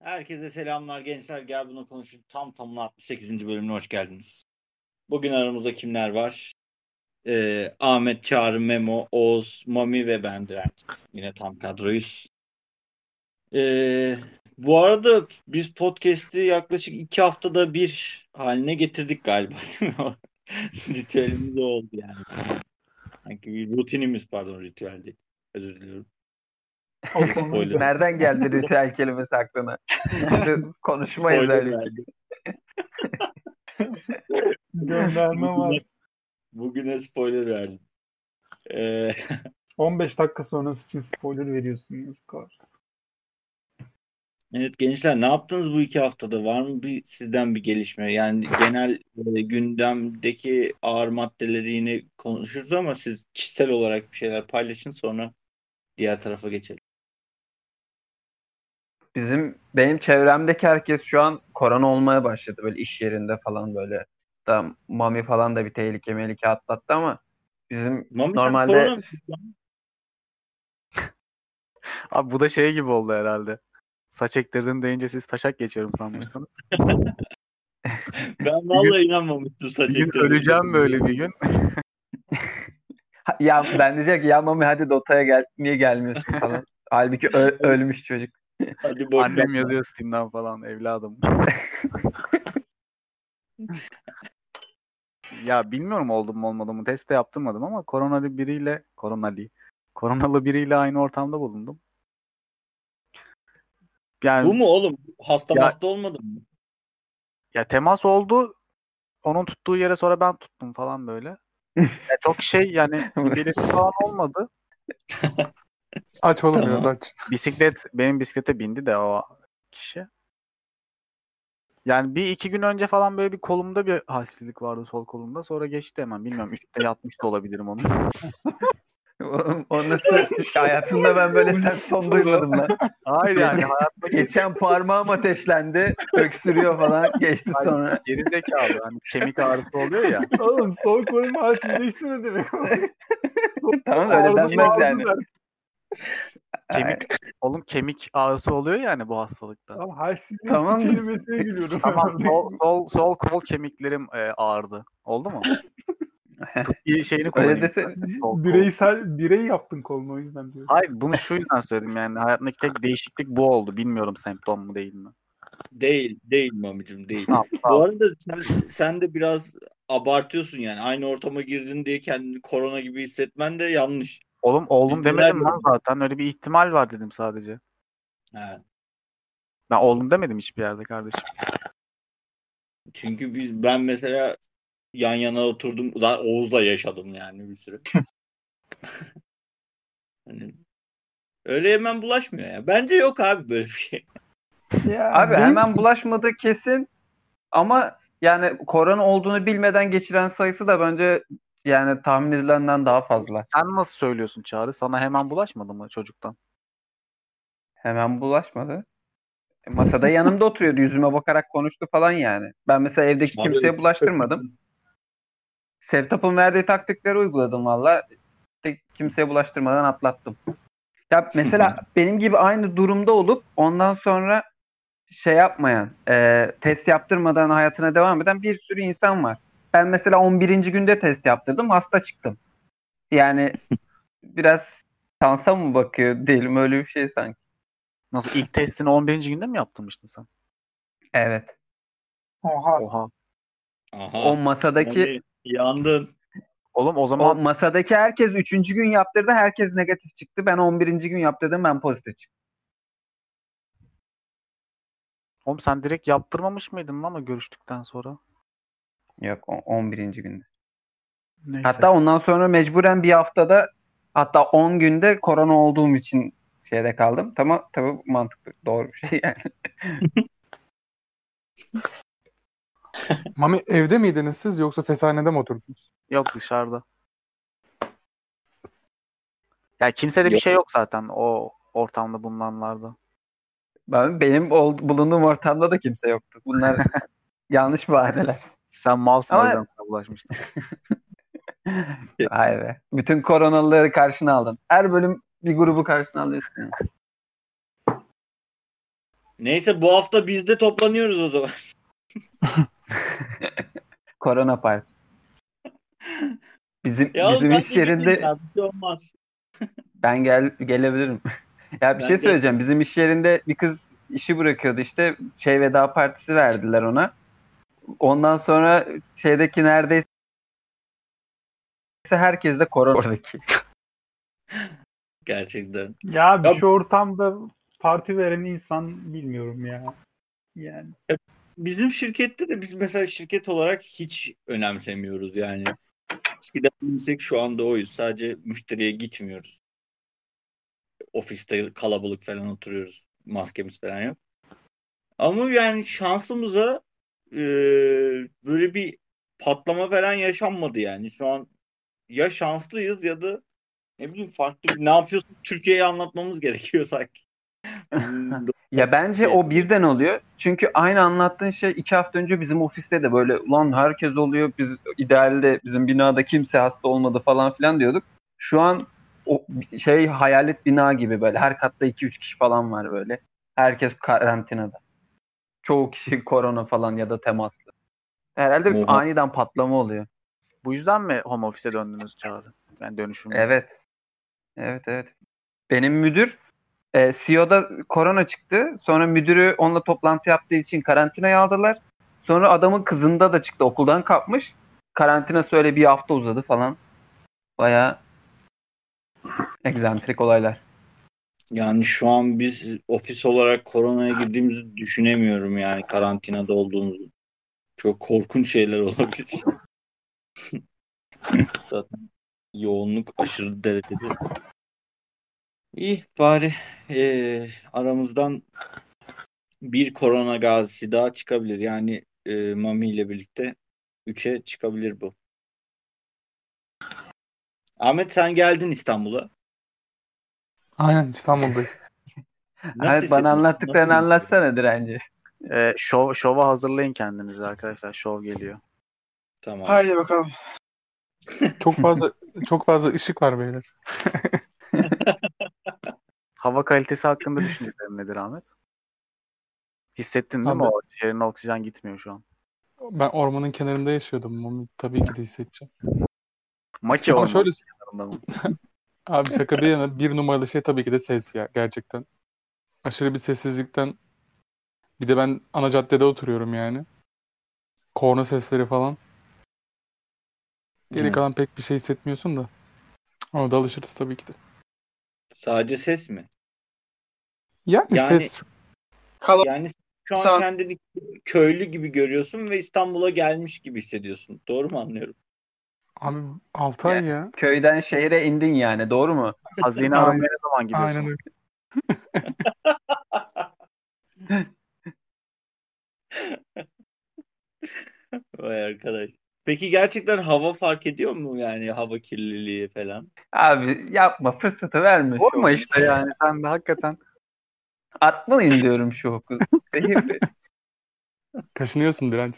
Herkese selamlar gençler. Gel bunu konuşun. Tam tamına 68. bölümüne hoş geldiniz. Bugün aramızda kimler var? Ahmet, Çağrı, Memo, Oğuz, Mami ve ben Direnç. Yine tam kadroyuz. Bu arada biz podcast'i yaklaşık 2 haftada bir haline getirdik galiba, değil mi? Ritüelimiz oldu yani. Sanki bir rutinimiz, pardon, ritüel değil. Özür diliyorum. Spoiler. Nereden geldi ritüel kelimesi aklına? İşte konuşmayız Spoiler öyle ki. verdim. Gönderme var. Bugüne spoiler verdim. 15 dakika sonrası için spoiler veriyorsun. Yazık olsun. Evet gençler, ne yaptınız bu 2 haftada? Var mı sizden bir gelişme? Yani genel gündemdeki ağır maddeleri yine konuşuruz ama siz kişisel olarak bir şeyler paylaşın, sonra diğer tarafa geçelim. Benim çevremdeki herkes şu an korona olmaya başladı, böyle iş yerinde falan böyle. Da Mami falan da bir tehlike atlattı ama bizim Mami, normalde korona mı? Abi bu da şey gibi oldu herhalde. Saç ektirdim deyince siz taşak geçiyorum sanmıştınız. Ben vallahi inanmamıştım saç Bir gün ektirdiğine. öleceğim böyle bir gün. ya ben diyecek ya Mami hadi Dota'ya gel, niye gelmiyorsun falan. Halbuki ölmüş çocuk. Hadi boş Annem ver. yazıyor Steam'den falan, evladım. Ya bilmiyorum oldum mu olmadı mı, test de yaptırmadım ama koronalı biriyle aynı ortamda bulundum. Yani Bu mu oğlum? Hasta Ya- hasta olmadın mı? ya temas oldu. Onun tuttuğu yere sonra ben tuttum falan böyle. Ya çok yani bir belirti falan olmadı. Aç oğlum Tamam. biraz aç. Benim bisiklete bindi de o kişi. Yani bir iki gün önce falan böyle bir kolumda bir halsizlik vardı, sol kolumda. Sonra geçti hemen. Bilmiyorum, üstte yatmış da olabilirim onun. O nasıl hayatımda ben böyle sert son duymadım lan. Hayır yani hayatta Geçen parmağım ateşlendi, öksürüyor falan, geçti sonra. geri zekalı. Hani kemik ağrısı oluyor ya. Oğlum sol kolum halsizleşti ne demek? Tamam öyle denmez yani. Kemik ağrısı oluyor yani bu hastalıkta. Ama halsizleşti Tamam. kelimesine gülüyorum. Tamam, sol kol kemiklerim ağrıdı. Oldu mu? Bir şeyini Öyle kullanayım. desene. Sol kol. Birey yaptın kolunu, o yüzden diyorum. Hayır, bunu şu yüzden söyledim yani. Hayatımdaki tek değişiklik bu oldu. Bilmiyorum semptom mu değil mi? Değil Mamicim, değil. Tamam, sağ Bu ol. arada sen de biraz abartıyorsun yani. Aynı ortama girdin diye kendini korona gibi hissetmen de yanlış. Oldum Biz demedim neler lan zaten. Öyle bir ihtimal var dedim sadece. Ha. Ben oldum demedim hiçbir yerde kardeşim. Çünkü ben mesela yan yana oturdum. Zaten Oğuz'la yaşadım yani bir süre. Hani öyle hemen bulaşmıyor ya. Bence yok abi böyle bir şey. Ya, Abi benim- hemen bulaşmadığı kesin ama yani korona olduğunu bilmeden geçiren sayısı da bence yani tahmin edilenden daha fazla. Sen nasıl söylüyorsun Çağrı? Sana hemen bulaşmadı mı çocuktan? Hemen bulaşmadı. Masada yanımda oturuyordu, yüzüme bakarak konuştu falan yani. Ben mesela evdeki Çağrı- kimseye bulaştırmadım. Sevtap'ın verdiği taktikleri uyguladım valla. Kimseye bulaştırmadan atlattım. Ya mesela benim gibi aynı durumda olup ondan sonra şey yapmayan, test yaptırmadan hayatına devam eden bir sürü insan var. Ben mesela 11. günde test yaptırdım, hasta çıktım. Yani biraz şansa mı bakıyor değilim, öyle bir şey sanki. Nasıl, ilk testini 11. günde mi yaptırmıştın sen? Evet. Oha. Oha. Aha. O masadaki Mami, yandın. Oğlum o o zaman masadaki herkes 3. gün yaptırdı, herkes negatif çıktı. Ben 11. gün yaptırdım, ben pozitif çıktım. sen direkt yaptırmamış mıydın lan o görüştükten sonra? Yok, 11. günde. Neyse. Hatta ondan sonra mecburen bir haftada, hatta 10 günde korona olduğum için şeyde kaldım. Tamam, tabii mantıklı, doğru bir şey yani. Mami, evde miydiniz siz yoksa feshanede mi oturdunuz? Yok, dışarıda. Ya kimsede bir Yok. şey yok zaten o ortamda bulunanlarda. Benim bulunduğum ortamda da kimse yoktu. Bunlar yanlış bahaneler. Sen malsın, o Ama- yüzden sana bulaşmıştın. Vay be. Bütün koronalıları karşına aldın. Her bölüm bir grubu karşına alıyorsun. Yani. Neyse bu hafta biz de toplanıyoruz o zaman. Korona partisi. Bizim Ya oğlum, ben iş de geleyim yerinde ya, bir şey olmaz. ben gelebilirim. Ya bir Ben şey söyleyeceğim. Bizim iş yerinde bir kız işi bırakıyordu işte. Veda partisi verdiler ona. Ondan sonra şeydeki neredeyse herkes de korona oradaki. Gerçekten. Ya Ya şu ortamda parti veren insan bilmiyorum ya. Yani bizim şirkette de biz mesela şirket olarak hiç önemsemiyoruz yani. Eskiden bilsek şu anda oyuz. Sadece müşteriye gitmiyoruz. Ofiste kalabalık falan oturuyoruz. Maskemiz falan yok. Ama yani şansımıza e, böyle bir patlama falan yaşanmadı yani. Şu an ya şanslıyız ya da ne bileyim farklı ne yapıyorsun Türkiye'ye anlatmamız gerekiyor sanki. Bizim Ya bence şey, o birden oluyor. Çünkü aynı anlattığın şey 2 hafta önce bizim ofiste de böyle ulan herkes oluyor. Biz idealde bizim binada kimse hasta olmadı falan filan diyorduk. Şu an o hayalet bina gibi böyle her katta 2-3 kişi falan var böyle. Herkes karantinada. Çoğu kişi korona falan ya da temaslı. Herhalde oha. aniden patlama oluyor. Bu yüzden mi home office'e döndünüz Çağrı? Yani dönüşüm. Evet. Evet. Benim müdür CEO'da korona çıktı. Sonra müdürü onunla toplantı yaptığı için karantinaya aldılar. Sonra adamın kızında da çıktı. Okuldan kapmış. Karantinası öyle bir hafta uzadı falan. Bayağı egzantrik olaylar. Yani şu an biz ofis olarak koronaya girdiğimizi düşünemiyorum yani karantinada olduğumuzu. Çok korkunç şeyler olabilir. Zaten yoğunluk aşırı derecede. İyi bari aramızdan bir korona gazisi daha çıkabilir. Yani Mami ile birlikte 3'e çıkabilir bu. Ahmet sen geldin İstanbul'a. aynen İstanbul'dayım. Nasıl Evet, bana hissediyorsun? anlattıklarını Nasıl bir- anlatsana direnci. Şova hazırlayın kendinizi arkadaşlar. Şov geliyor. Tamam. Haydi bakalım. Çok fazla ışık var beyler. Hava kalitesi hakkında düşüncelerin nedir Ahmet? Hissettin değil mi? Abi O şehrine oksijen gitmiyor şu an. ben ormanın kenarında yaşıyordum. Onu tabii ki de hissedeceğim. Maki Ama ormanı şöyle kenarında mı? abi şaka bir yana bir numaralı şey tabii ki de ses ya gerçekten. Aşırı bir sessizlikten bir de ben ana caddede oturuyorum yani. Korna sesleri falan. Geri Evet. kalan pek bir şey hissetmiyorsun da. Ona da alışırız tabii ki de. Sadece ses mi? Yani Yani ses yani şu an Kalabalık. kendini köylü gibi görüyorsun ve İstanbul'a gelmiş gibi hissediyorsun. Doğru mu anlıyorum? abi 6 ay Yani ya. köyden şehre indin yani, doğru mu? Hazine Aynen, aramaya ne zaman aynen gidiyorsun? öyle. Vay arkadaş. Peki gerçekten hava fark ediyor mu yani hava kirliliği falan? Abi yapma, fırsatı verme şu Sorma oku. işte yani sen de hakikaten. Atmayın diyorum şu oku. Zehirli. Kaşınıyorsun direnç.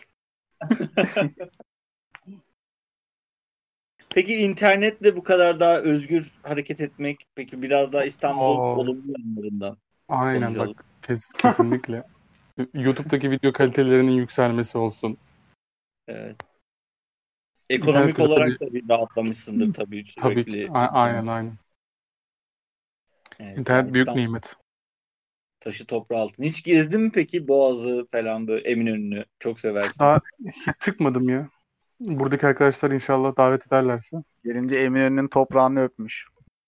Peki internetle bu kadar daha özgür hareket etmek, peki biraz daha İstanbul'un Oo, olumlu yanlarından aynen konuşalım. bak kesinlikle. YouTube'daki video kalitelerinin yükselmesi olsun. Evet. İnternet Ekonomik güzel bir olarak da bir rahatlamışsındır tabii tabii ki. sürekli. Aynen. Evet, yani İnternet büyük İstanbul nimet. taşı toprağı altın. Hiç gezdin mi peki Boğaz'ı falan böyle Eminönü'nü çok seversin. Daha hiç çıkmadım ya. Buradaki arkadaşlar inşallah davet ederlerse. Gelince Eminönü'nün toprağını öpmüş.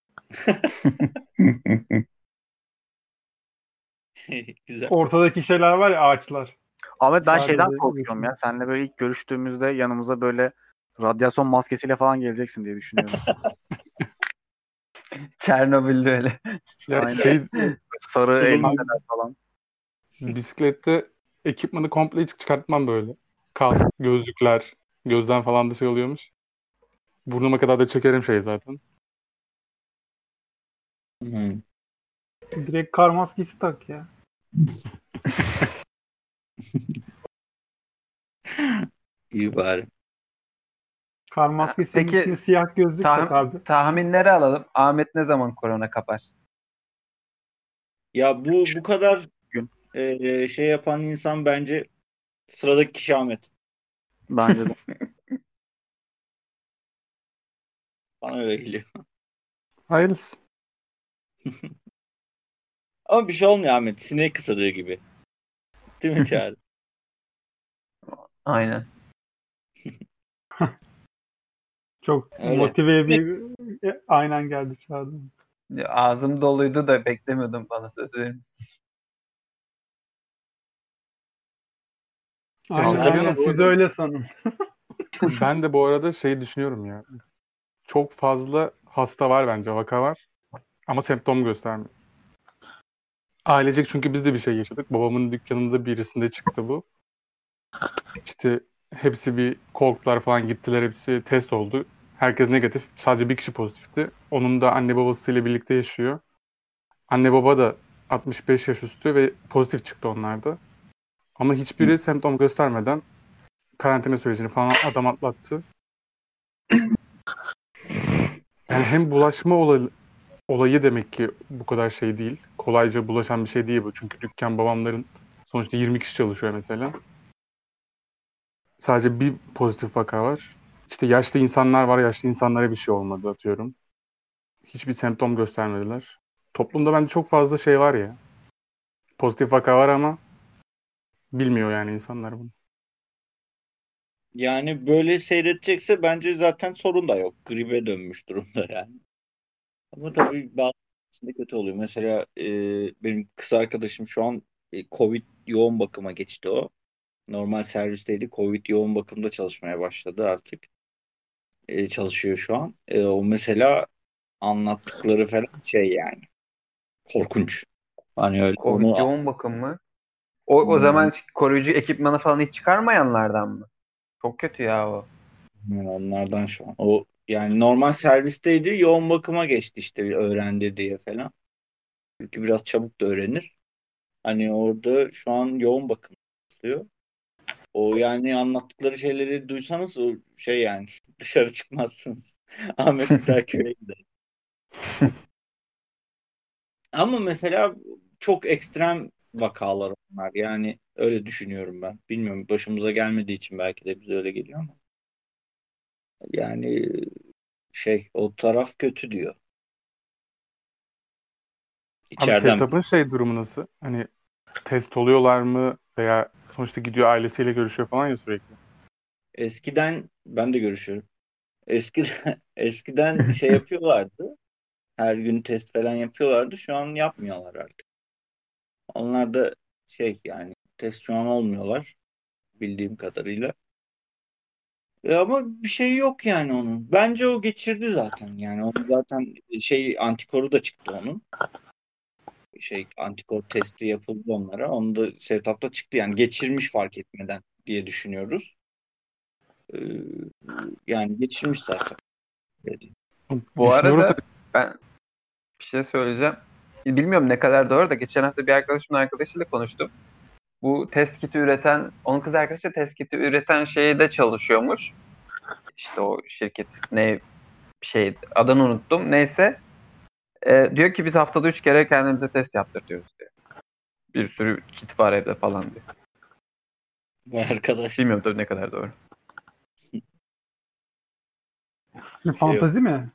Güzel. Ortadaki şeyler var ya ağaçlar. Ahmet ben Sadece şeyden korkuyorum yeşil. ya. Seninle böyle ilk görüştüğümüzde yanımıza böyle radyasyon maskesiyle falan geleceksin diye düşünüyorum. Çernobil'de öyle. Ya Aynen. Sarı Tulum elbiseler falan. bisiklette ekipmanı komple hiç çıkartmam böyle. Kask, gözlükler, gözden falan da şey oluyormuş. Burnuma kadar da çekerim şey zaten. Hı. Direkt kar maskesi tak ya. İyi bari. Kar maskesinin Peki, üstüne siyah gözlük tak abi. tahminleri alalım. Ahmet ne zaman korona kapar? Ya bu kadar Gün. şey yapan insan bence sıradaki kişi Ahmet. Bence de. Bana öyle geliyor. Hayırlısı. Ama bir şey olmuyor Ahmet. Sinek ısırığı gibi. Değil mi Çağrı? Aynen. Çok Öyle. motive bir aynen geldi çağırdım. Ya, ağzım doluydu da beklemiyordum, bana söz verir misin? Aynen, şaka bir aynen yana bu siz arada- öyle sanın. Ben de bu arada şey düşünüyorum ya. Çok fazla hasta var bence, vaka var. Ama semptom göstermiyor. Ailecek çünkü biz de bir şey yaşadık. Babamın dükkanında birisinde çıktı bu. İşte hepsi bir korktular falan, gittiler, hepsi test oldu. Herkes negatif. Sadece bir kişi pozitifti. Onun da anne babasıyla birlikte yaşıyor. Anne baba da 65 yaş üstü ve pozitif çıktı onlarda. Ama hiçbiri semptom göstermeden karantina sürecini falan adam atlattı. Yani hem bulaşma olayı demek ki bu kadar şey değil. Kolayca bulaşan bir şey değil bu. Çünkü dükkan babamların sonuçta 20 kişi çalışıyor mesela. Sadece bir pozitif vaka var. İşte yaşlı insanlar var. Yaşlı insanlara bir şey olmadı atıyorum. Hiçbir semptom göstermediler. Toplumda bence çok fazla şey var ya. Pozitif vaka var ama bilmiyor yani insanlar bunu. Yani böyle seyredecekse bence zaten sorun da yok. Gribe dönmüş durumda yani. Ama tabii bazısında kötü oluyor. Mesela benim kız arkadaşım şu an Covid yoğun bakıma geçti o. Normal servisteydi. Covid yoğun bakımda çalışmaya başladı artık. Çalışıyor şu an. O mesela anlattıkları falan şey yani. Korkunç. Hani öyle Covid onu yoğun bakım mı? O zaman koruyucu ekipmanı falan hiç çıkarmayanlardan mı? Çok kötü ya o. onlardan şu an. O yani normal servisteydi. Yoğun bakıma geçti işte öğrendi diye falan. Çünkü biraz çabuk da öğrenir. Hani orada şu an yoğun bakım yapılıyor. O yani anlattıkları şeyleri duysanız o şey yani dışarı çıkmazsınız. Ahmet bir daha köye gider. Ama mesela çok ekstrem vakalar onlar. Yani öyle düşünüyorum ben. Bilmiyorum, başımıza gelmediği için belki de bize öyle geliyor ama. Yani şey o taraf kötü diyor. Abi İçeriden. Sevtap'ın şey durumu nasıl? Hani test oluyorlar mı? Veya sonuçta gidiyor ailesiyle görüşüyor falan ya sürekli. Eskiden ben de görüşüyorum. Eskiden şey yapıyorlardı. Her gün test falan yapıyorlardı. Şu an yapmıyorlar artık. Onlar da şey yani test şu an olmuyorlar bildiğim kadarıyla. Ama bir şey yok yani onun. Bence o geçirdi zaten. Yani onun zaten şey antikoru da çıktı onun. Şey antikor testi yapıldı onlara. Onu da setup'ta çıktı. Yani geçirmiş fark etmeden diye düşünüyoruz. Ee, Yani geçirmiş zaten. Bu Düşünüyoruz da arada ben bir şey söyleyeceğim. Bilmiyorum ne kadar doğru da geçen hafta bir arkadaşımın arkadaşıyla konuştum. Bu test kiti üreten, onun kız arkadaşı test kiti üreten şeyde çalışıyormuş. İşte o şirket ne şey adını unuttum. Neyse. Diyor ki biz haftada 3 kere kendimize test yaptırıyoruz diyor. Bir sürü kit var evde falan diyor. Vay arkadaş. Bilmiyorum tabii ne kadar doğru. Fantazi mi?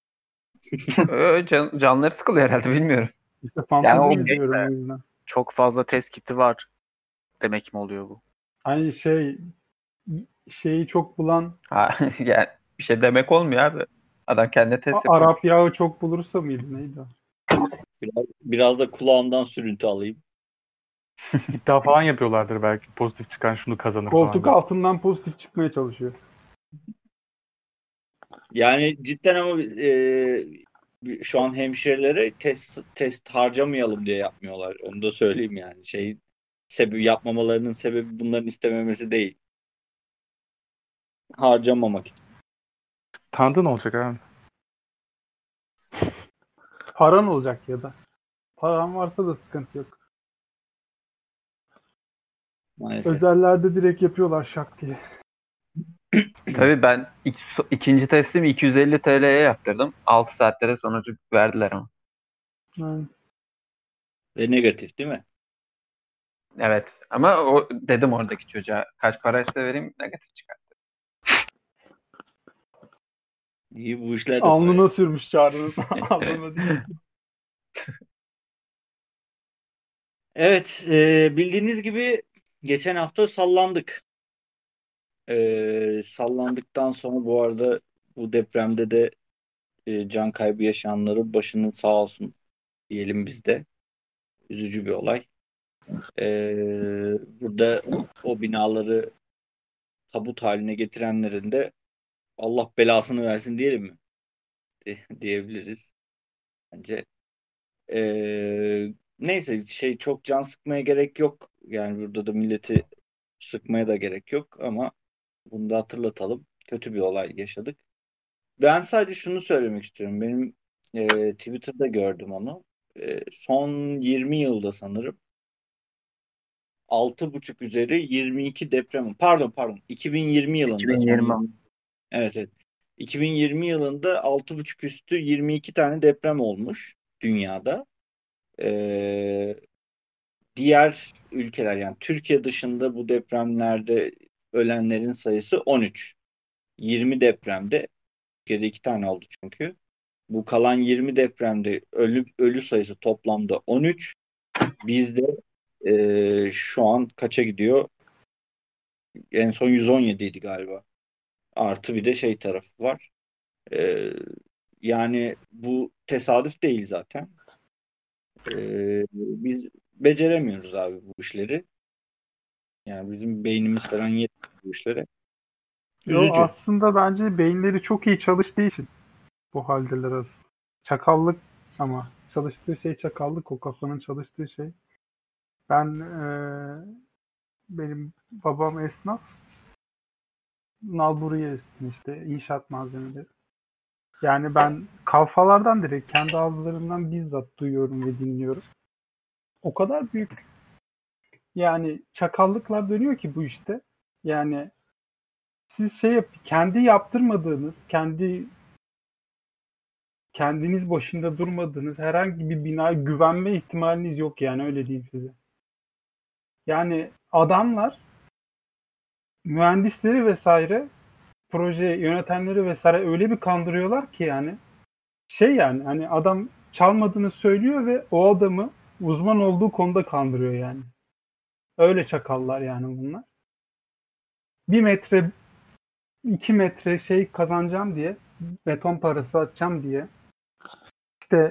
Canları sıkılıyor herhalde, bilmiyorum. İşte fantazi Yani o mi diyorum o yüzden. Çok fazla test kiti var demek mi oluyor bu? Hani şeyi çok bulan yani bir şey demek olmuyor abi. Adam kendine test yapıyor. Arap yağı çok bulursa mıydı neydi o? Biraz da kulağımdan sürüntü alayım. iddia falan yapıyorlardır belki. Pozitif çıkan şunu kazanır Koltuk falan. altından pozitif çıkmaya çalışıyor. Yani cidden ama şu an hemşirelere test harcamayalım diye yapmıyorlar. Onu da söyleyeyim yani. Şey sebebi yapmamalarının sebebi bunların istememesi değil. Harcamamak için. Tanıdığın olacak abi. Paran olacak ya da. Paran varsa da sıkıntı yok. Maalesef. Özellerde direkt yapıyorlar şak diye. Tabii ben ikinci testimi 250 TL'ye yaptırdım. 6 saatlere sonucu verdiler ama. Yani Ve negatif değil mi? Evet ama o dedim oradaki çocuğa kaç paraysa vereyim negatif çıkar. İyi bu işler de para. Alnına sürmüş Çağrı'nın. Ağzına değil. Evet, bildiğiniz gibi geçen hafta sallandık. Sallandıktan sonra bu arada bu depremde de can kaybı yaşayanların başının sağ olsun diyelim biz de. Üzücü bir olay. Burada o binaları tabut haline getirenlerin de Allah belasını versin diyelim mi? Diyebiliriz bence. Neyse çok can sıkmaya gerek yok. Yani burada da milleti sıkmaya da gerek yok ama bunu da hatırlatalım. Kötü bir olay yaşadık. Ben sadece şunu söylemek istiyorum. Benim Twitter'da gördüm onu. Son 20 yılda sanırım 6,5 üzeri 22 deprem. Pardon. 2020 yılında son 2020. 20. Evet, evet. 2020 yılında 6,5 üstü 22 tane deprem olmuş dünyada. Ee, Diğer ülkeler yani Türkiye dışında bu depremlerde ölenlerin sayısı 13. 20 depremde Türkiye'de 2 tane oldu çünkü. Bu kalan 20 depremde ölü sayısı toplamda 13. Bizde şu an kaça gidiyor? En son 117 idi galiba. Artı bir de tarafı var. Ee, Yani bu tesadüf değil zaten. Biz beceremiyoruz abi bu işleri. Yani bizim beynimiz falan yetmiyor bu işlere. Yo, Üzücü. aslında bence beyinleri çok iyi çalıştığı için bu haldeler aslında. Çakallık ama çalıştığı şey çakallık, o kafanın çalıştığı şey. Benim babam esnaf. Nalburiye estim işte inşaat malzemeleri. Yani ben kalfalardan direkt kendi ağızlarından bizzat duyuyorum ve dinliyorum. O kadar büyük yani çakallıklar dönüyor ki bu işte. Yani siz kendi yaptırmadığınız, kendiniz başında durmadığınız herhangi bir binaya güvenme ihtimaliniz yok yani öyle diyeyim size. Yani adamlar mühendisleri vesaire proje yönetenleri vesaire öyle bir kandırıyorlar ki yani yani hani adam çalmadığını söylüyor ve o adamı uzman olduğu konuda kandırıyor yani. Öyle çakallar yani bunlar. 1 metre 2 metre kazanacağım diye beton parası atacağım diye işte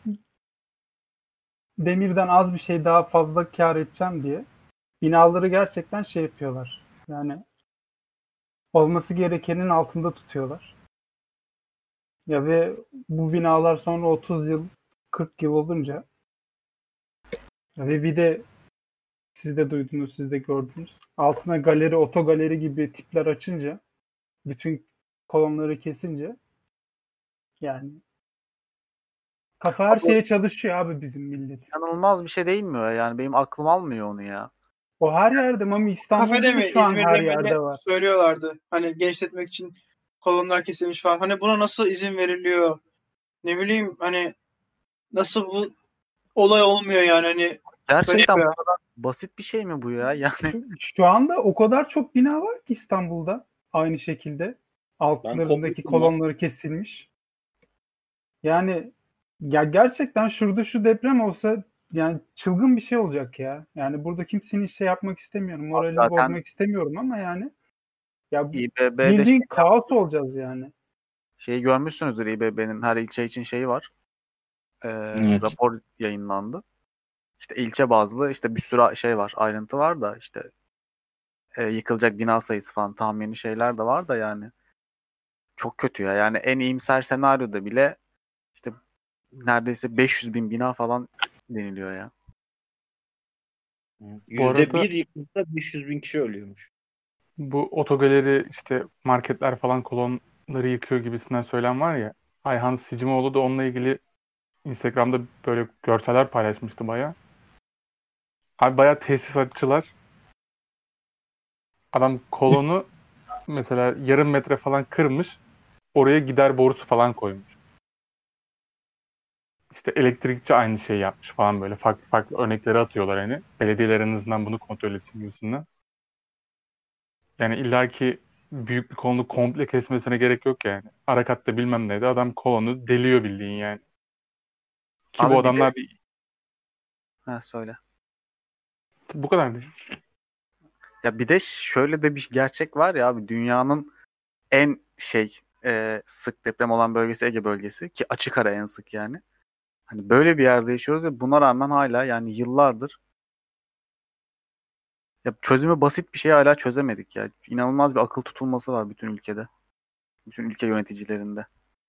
demirden az bir şey daha fazla kar edeceğim diye binaları gerçekten yapıyorlar. Yani olması gerekenin altında tutuyorlar. Ya ve bu binalar sonra 30 yıl 40 yıl olunca ve bir de siz de duydunuz, siz de gördünüz. Altına galeri, otogaleri gibi tipler açınca bütün kolonları kesince yani kafa her şeye çalışıyor abi bizim millet. İnanılmaz bir şey değil mi o? Yani benim aklım almıyor onu ya. O her yerde Mami İstanbul'da Kafede da mi, şu an her İzmir'de mi yerde ne var. söylüyorlardı. Hani genişletmek için kolonlar kesilmiş falan. Hani buna nasıl izin veriliyor? Ne bileyim hani nasıl bu olay olmuyor yani hani Gerçekten garip bu ya. kadar basit bir şey mi bu ya? Yani Şu anda o kadar çok bina var ki İstanbul'da aynı şekilde Ben altlarındaki kopmuşum lan. kolonları kesilmiş. Yani ya gerçekten şurada şu deprem olsa yani çılgın bir şey olacak ya. Yani burada kimsenin yapmak istemiyorum. Moralini zaten bozmak istemiyorum ama yani ya İBB'de bildiğin kaos olacağız yani. görmüşsünüzdür, İBB'nin her ilçe için şeyi var. Evet. Rapor yayınlandı. İşte ilçe bazlı işte bir sürü şey var, ayrıntı var da işte yıkılacak bina sayısı falan tahmini şeyler de var da yani çok kötü ya. Yani en iyimser senaryoda bile işte neredeyse 500 bin bina falan deniliyor ya. Bu arada %1 yıkılsa 500 bin kişi ölüyormuş. bu otogaleri işte marketler falan kolonları yıkıyor gibisinden söylem var ya. Ayhan Sicimoğlu da onunla ilgili Instagram'da böyle görseller paylaşmıştı bayağı. Abi bayağı tesisatçılar. Adam kolonu mesela yarım metre falan kırmış. Oraya gider borusu falan koymuş. İşte elektrikçi aynı şeyi yapmış falan böyle farklı farklı örnekleri atıyorlar hani. Belediyeler en azından bunu kontrol etsin gibisinden. Yani illaki büyük bir kolonu komple kesmesine gerek yok yani. Arakatta bilmem neydi adam kolonu deliyor bildiğin yani. Ki Abi bu bir de adamlar söyle. bu kadar değil. Ya bir de şöyle de bir gerçek var ya abi, dünyanın en sık deprem olan bölgesi Ege bölgesi ki açık ara en sık yani. Hani böyle bir yerde yaşıyoruz ve buna rağmen hala yani yıllardır ya çözümü basit bir şey hala çözemedik ya. İnanılmaz bir akıl tutulması var bütün ülkede. Bütün ülke yöneticilerinde.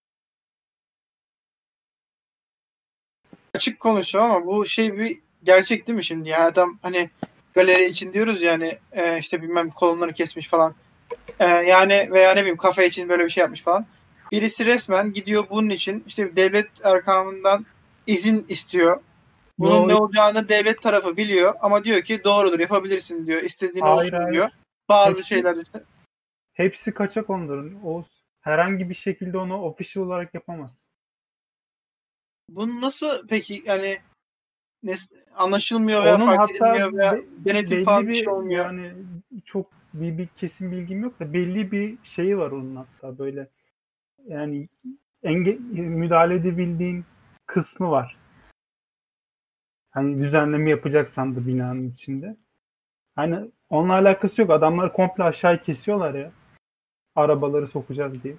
Açık konuşuyor ama bu şey bir gerçek değil mi şimdi? Yani adam hani galeri için diyoruz yani işte bilmem kolonları kesmiş falan. Yani veya ne bileyim kafe için böyle bir şey yapmış falan. Birisi resmen gidiyor bunun için işte devlet erkanından izin istiyor. Bunun ne olacağını devlet tarafı biliyor ama diyor ki doğrudur yapabilirsin diyor. İstediğin Hayır, olsun hayır. diyor. Bazı Hepsi- şeyler işte. Hepsi kaçak onların. Herhangi bir şekilde onu official olarak yapamaz. Bunu nasıl peki yani anlaşılmıyor veya Onun fark hatta edilmiyor veya denetim belli falan bir bir şey olmuyor. yani çok bir kesin bilgim yok da belli bir şeyi var onun hatta böyle yani müdahale edebildiğin kısmı var. Hani düzenleme yapacaksan da binanın içinde. Hani onunla alakası yok. Adamlar komple aşağı kesiyorlar ya. Arabaları sokacağız diye.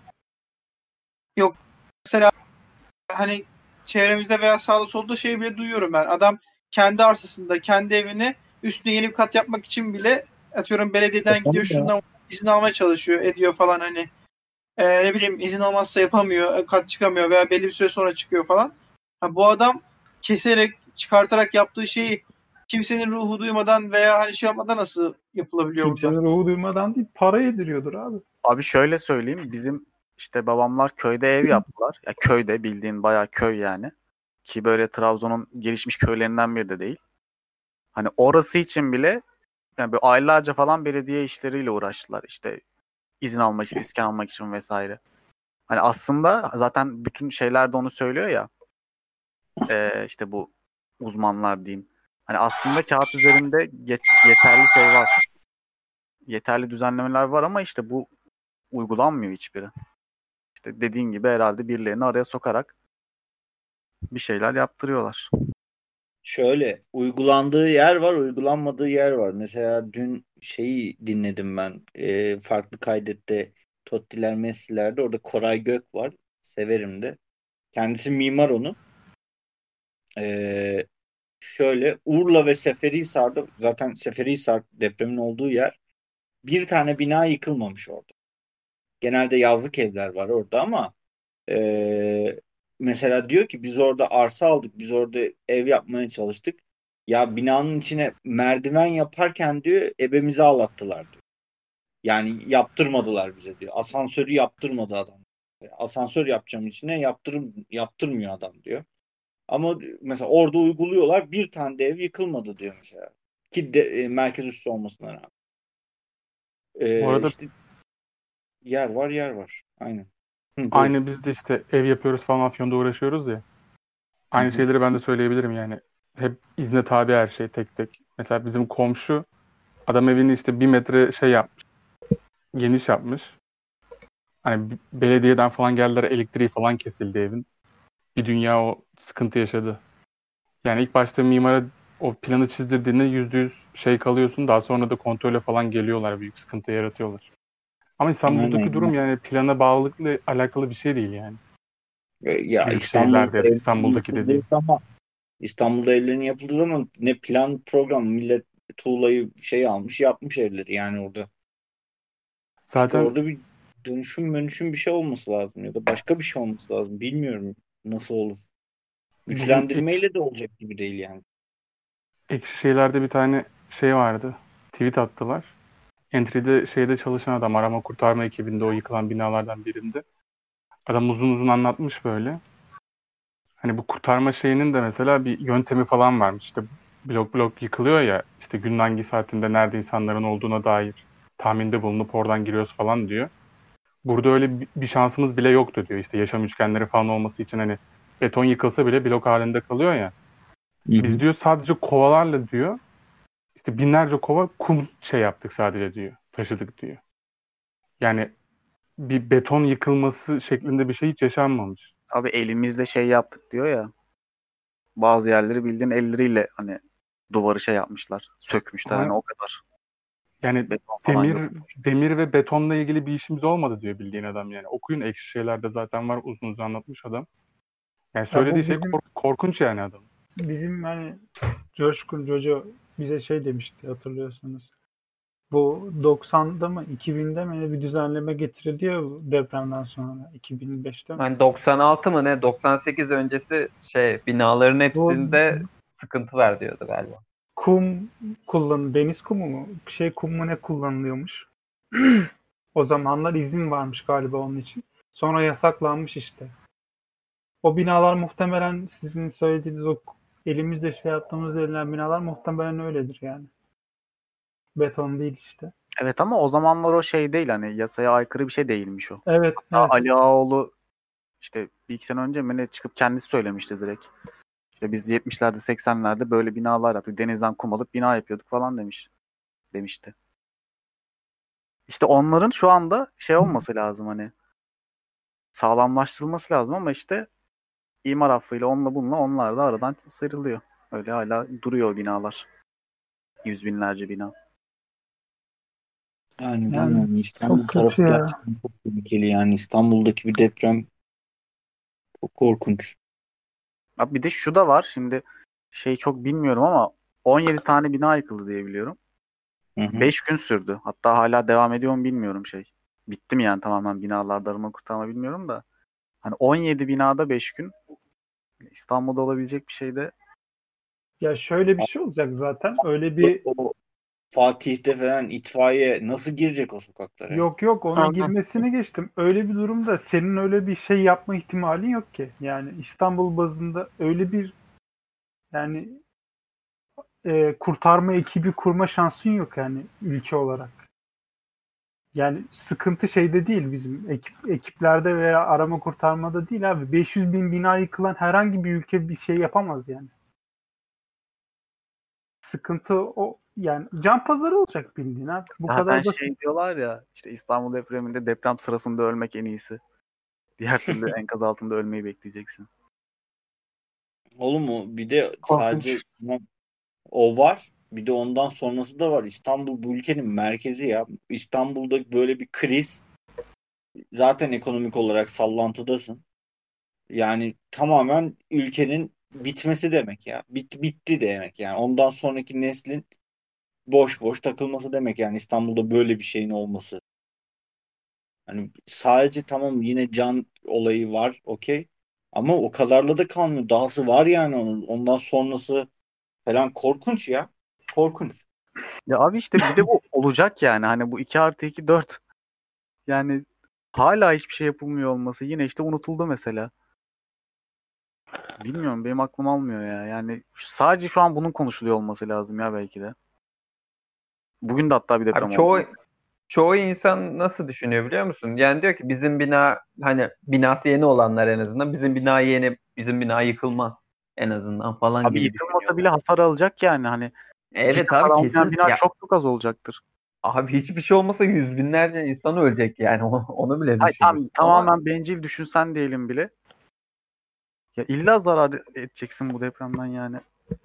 Mesela hani çevremizde veya sağda solda şey bile duyuyorum ben. Adam kendi arsasında, kendi evini üstüne yeni bir kat yapmak için bile atıyorum belediyeden gidiyor şundan izin almaya çalışıyor, ediyor falan hani. Ne bileyim izin olmazsa yapamıyor, kat çıkamıyor veya belli bir süre sonra çıkıyor falan. Ha, bu adam keserek, çıkartarak yaptığı şeyi kimsenin ruhu duymadan veya hani şey yapmadan nasıl yapılabiliyor bunlar? Kimsenin ruhu duymadan değil, para yediriyordur abi. Abi şöyle söyleyeyim, bizim işte babamlar köyde ev yaptılar. Ya köyde bildiğin bayağı köy yani. Ki böyle Trabzon'un gelişmiş köylerinden biri de değil. Hani orası için bile yani böyle aylarca falan belediye işleriyle uğraştılar. İşte izin almak için, iskan almak için vesaire. Hani aslında zaten bütün şeyler de onu söylüyor ya. İşte bu uzmanlar diyeyim. Hani aslında kağıt üzerinde yeterli şey var. Yeterli düzenlemeler var ama işte bu uygulanmıyor hiçbiri. İşte dediğin gibi herhalde birilerini araya sokarak bir şeyler yaptırıyorlar. Şöyle uygulandığı yer var, uygulanmadığı yer var. Mesela dün şeyi dinledim ben. Farklı kaydette Tottiler Messi'lerde orada Koray Gök var. Severim de. Kendisi mimar onun. Ee, Şöyle Urla ve Seferihisar'da zaten Seferihisar depremin olduğu yer bir tane bina yıkılmamış orada. Genelde yazlık evler var orada ama Ee, mesela diyor ki biz orada arsa aldık, biz orada ev yapmaya çalıştık. Ya binanın içine merdiven yaparken diyor ebemizi ağlattılar diyor. Yani yaptırmadılar bize diyor. Asansörü yaptırmadı adam. Asansör yapacağım içine yaptırmıyor adam diyor. Ama mesela orada uyguluyorlar bir tane de ev yıkılmadı diyor mesela. Ki de, merkez üssü olmasına rağmen. Bu arada İşte yer var yer var. Aynen. Hı, buyur. aynı biz de işte ev yapıyoruz falan Afyon'da uğraşıyoruz ya. Hı Aynı hı. şeyleri ben de söyleyebilirim yani. Hep izne tabi her şey tek tek. Mesela bizim komşu adam evini işte 1 metre şey yapmış. Geniş yapmış. Hani belediyeden falan geldiler elektriği falan kesildi evin. Bir dünya o sıkıntı yaşadı. Yani ilk başta mimara o planı çizdirdiğinde %100 şey kalıyorsun. Daha sonra da kontrole falan geliyorlar. Büyük sıkıntı yaratıyorlar. Ama İstanbul'daki Aynen. durum yani plana bağlılıkla alakalı bir şey değil yani. Ya Büyük İstanbul'da şehirlerde ya da evlerin İstanbul'daki yapıldığı dediğim. zaman İstanbul'da evlerin yapıldığı zaman ne plan program millet tuğlayı şey almış yapmış evleri yani orada. İşte Zaten orada bir dönüşüm bir şey olması lazım ya da başka bir şey olması lazım. Bilmiyorum nasıl olur. bugün Güçlendirmeyle de olacak gibi değil yani. ekşi şeylerde bir tane şey vardı. Tweet attılar. Entry'de şeyde çalışan adam arama kurtarma ekibinde o yıkılan binalardan birinde. Adam uzun uzun anlatmış böyle. Hani bu kurtarma şeyinin de mesela bir yöntemi falan varmış. İşte blok blok yıkılıyor ya işte günün hangi saatinde nerede insanların olduğuna dair tahminde bulunup oradan giriyoruz falan diyor. Burada öyle bir şansımız bile yoktu diyor. İşte yaşam üçgenleri falan olması için hani beton yıkılsa bile blok halinde kalıyor ya. Biz diyor sadece kovalarla diyor işte binlerce kova kum şey yaptık sadece diyor. Taşıdık diyor. Yani bir beton yıkılması şeklinde bir şey hiç yaşanmamış. Abi elimizle şey yaptık diyor ya. Bazı yerleri bildiğin elleriyle hani duvarı şey yapmışlar. Sökmüşler hani o kadar. Yani Beton falan yok. demir ve betonla ilgili bir işimiz olmadı diyor bildiğin adam yani. Okuyun, Ekşi Şeyler'de zaten var, uzun uzun anlatmış adam. Yani söylediği bu şey bizim- korkunç yani adam. Bizim hani Coşkun Jojo bize şey demişti, hatırlıyorsunuz. Bu 90'da mı 2000'de mi bir düzenleme getirildi ya depremden sonra 2005'te mi? Yani 96 mı ne 98 öncesi binaların Bu hepsinde sıkıntı var diyordu galiba. kum deniz kumu mu? Kum mu ne kullanılıyormuş. O zamanlar izin varmış galiba onun için. Sonra yasaklanmış işte. O binalar muhtemelen sizin söylediğiniz o elimizde şey yaptığımız edilen binalar muhtemelen öyledir yani. Beton değil işte. Evet ama o zamanlar o şey değil hani yasaya aykırı bir şey değilmiş o. Evet, evet. Ali Ağaoğlu işte bir iki sene önce mi ne çıkıp kendisi söylemişti direkt. İşte biz 70'lerde 80'lerde böyle binalar yaptık. Denizden kum alıp bina yapıyorduk falan demişti. İşte onların şu anda şey olması lazım hani sağlamlaştırılması lazım ama işte imar affıyla onunla bununla onlar da aradan sıyrılıyor. Öyle hala duruyor o binalar. Yüz binlerce bina. Yani Yani bilmiyorum, İstanbul çok kötü tarafı ya. gerçekten çok tehlikeli. Yani İstanbul'daki bir deprem çok korkunç. Abi bir de şu da var. Şimdi şey çok bilmiyorum ama 17 tane bina yıkıldı diye biliyorum. Hı hı. 5 gün sürdü. Hatta hala devam ediyor mu bilmiyorum şey. Bitti mi yani tamamen binalarda arama kurtarma bilmiyorum da. Hani 17 binada 5 gün İstanbul'da olabilecek bir şey de Ya şöyle bir şey olacak zaten. Öyle bir O Fatih'te falan itfaiye nasıl girecek o sokaklara? yok onun Aynen. girmesini geçtim. Öyle bir durumda senin öyle bir şey yapma ihtimalin yok ki. Yani İstanbul bazında öyle bir yani kurtarma ekibi kurma şansın yok yani ülke olarak. Yani sıkıntı şeyde değil bizim ekiplerde veya arama kurtarmada değil abi. 500 bin bina yıkılan herhangi bir ülke bir şey yapamaz yani. Sıkıntı o yani can pazarı olacak bildiğin abi. Bu zaten kadar basit. şey diyorlar ya işte İstanbul depreminde deprem sırasında ölmek en iyisi. Diğer türlü enkaz altında ölmeyi bekleyeceksin. Oğlum o bir de sadece Korkunç. o var. Bir de ondan sonrası da var. İstanbul bu ülkenin merkezi ya. İstanbul'da böyle bir kriz, zaten ekonomik olarak sallantıdasın. Yani tamamen ülkenin bitmesi demek ya. Bitti demek yani. Ondan sonraki neslin boş boş takılması demek yani, İstanbul'da böyle bir şeyin olması. Hani sadece tamam, yine can olayı var, okey. Ama o kadarla da kalmıyor. Dahası var yani onun. Ondan sonrası falan korkunç ya. Korkunç. Ya abi işte bir de bu olacak yani. Hani bu 2+2 4. Yani hala hiçbir şey yapılmıyor olması yine işte unutuldu mesela. Bilmiyorum benim aklım almıyor ya. Yani sadece şu an bunun konuşuluyor olması lazım ya belki de. Bugün de hatta bir Abi deprem çoğu oldu. çoğu insan nasıl düşünüyor biliyor musun? Yani diyor ki bizim bina hani binası yeni olanlar en azından bizim bina yıkılmaz en azından falan Abi gibi yıkılmasa bile düşünüyorlar. hasar alacak yani. Hani hiç Evet hasar abi almayan kesin bina ya çok çok az olacaktır. abi hiçbir şey olmasa yüz binlerce insan ölecek yani onu bile Hayır, düşünürsün ama tamamen bencil düşünsen diyelim bile. Ya illa zarar edeceksin bu depremden yani.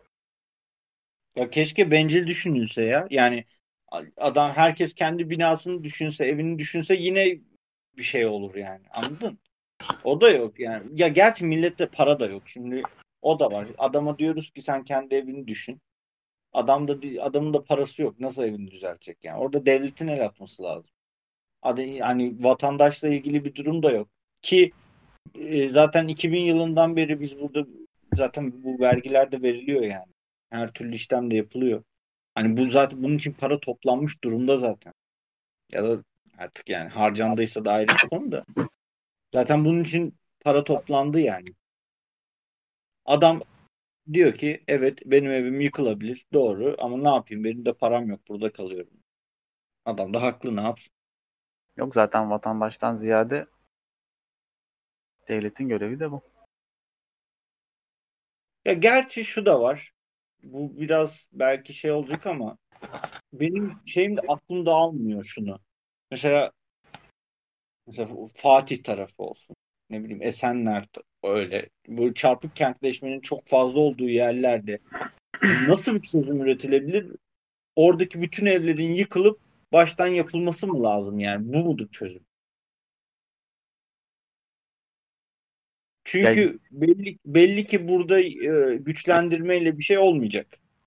Ya keşke bencil düşünülse ya. Yani adam, herkes kendi binasını düşünse, evini düşünse yine bir şey olur yani. Anladın? O da yok yani. Ya gerçi millette para da yok. Şimdi o da var. Adama diyoruz ki sen kendi evini düşün. Adamın da parası yok. Nasıl evini düzeltecek yani? Orada devletin el atması lazım. Hani vatandaşla ilgili bir durum da yok. Ki zaten 2000 yılından beri biz burada, zaten bu vergiler de veriliyor yani. Her türlü işlem de yapılıyor. Hani bu zaten bunun için para toplanmış durumda zaten. Ya da artık yani harcandıysa da ayrı bir konu da. Zaten bunun için para toplandı yani. Adam diyor ki evet, benim evim yıkılabilir. Doğru, ama ne yapayım? Benim de param yok. Burada kalıyorum. Adam da haklı, ne yapsın? Yok zaten vatandaştan ziyade devletin görevi de bu. Ya gerçi şu da var. Bu biraz belki şey olacak ama benim şeyim de aklımda almıyor şunu. Mesela Fatih tarafı olsun. Ne bileyim Esenler öyle. Bu çarpık kentleşmenin çok fazla olduğu yerlerde nasıl bir çözüm üretilebilir? Oradaki bütün evlerin yıkılıp baştan yapılması mı lazım yani? Bu mudur çözüm? Ya Çünkü belli ki burada güçlendirmeyle bir şey olmayacak.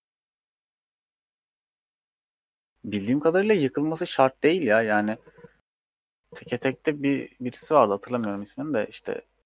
bildiğim kadarıyla yıkılması şart değil ya. Yani teke tekte birisi vardı, hatırlamıyorum ismini de,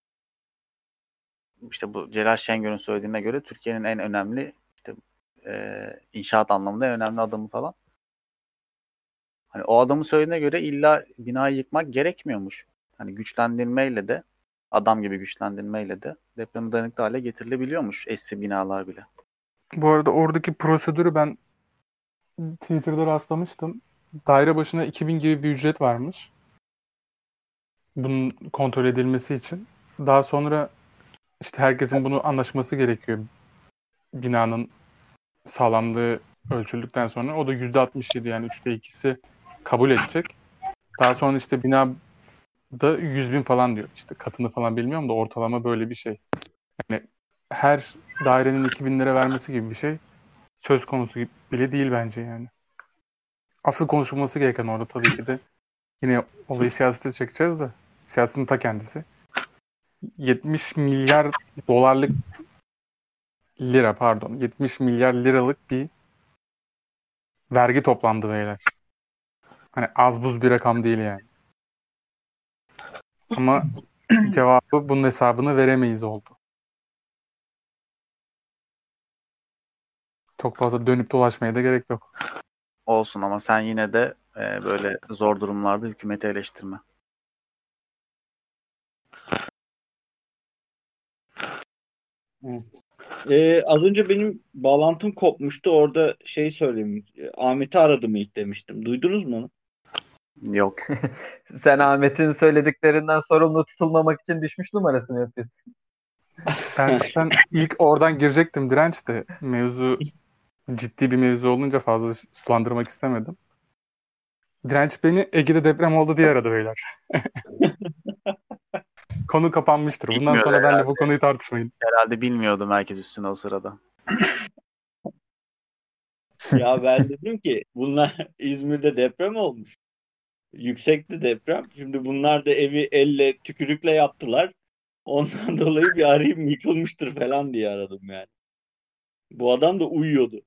işte bu Celal Şengör'ün söylediğine göre Türkiye'nin en önemli işte inşaat anlamında en önemli adamı falan. Hani o adamın söylediğine göre illa binayı yıkmak gerekmiyormuş. Hani güçlendirmeyle de, adam gibi güçlendirmeyle de depreme dayanıklı hale getirilebiliyormuş eski binalar bile. Bu arada oradaki prosedürü ben Twitter'da rastlamıştım. Daire başına 2000 gibi bir ücret varmış. Bunun kontrol edilmesi için. Daha sonra işte herkesin bunu anlaşması gerekiyor. Binanın sağlamlığı ölçüldükten sonra. O da %67, yani 2/3'ü kabul edecek. Daha sonra işte bina da 100 bin falan diyor. İşte katını falan bilmiyorum da ortalama böyle bir şey. Yani her dairenin 2000 lira vermesi gibi bir şey söz konusu bile değil bence yani. Asıl konuşulması gereken orada tabii ki de yine olayı siyasete çekeceğiz de siyasetin ta kendisi. 70 milyar dolarlık 70 milyar liralık bir vergi toplandı beyler. Hani az buz bir rakam değil yani. Ama cevabı bunun hesabını veremeyiz oldu. Çok fazla dönüp dolaşmaya da gerek yok. Olsun ama sen yine de böyle zor durumlarda hükümeti eleştirme. Evet. Az önce benim bağlantım kopmuştu. Orada şey söyleyeyim. Ahmet'i aradım ilk demiştim. Duydunuz mu onu? Yok. Sen Ahmet'in söylediklerinden sorumlu tutulmamak için düşmüş numarasını yapıyorsun. Ben zaten ilk oradan girecektim, direnç de mevzu ciddi bir mevzu olunca fazla sulandırmak istemedim. Direnç beni Ege'de deprem oldu diye aradı beyler. Konu kapanmıştır. Bundan Bilmiyordu sonra benimle bu herhalde. konuyu tartışmayın. Herhalde bilmiyordum herkes üstüne o sırada. Ya ben dedim ki bunlar İzmir'de deprem olmuş. Yüksekti deprem. Şimdi bunlar da evi elle tükürükle yaptılar. Ondan dolayı bir arayayım yıkılmıştır falan diye aradım yani. Bu adam da uyuyordu.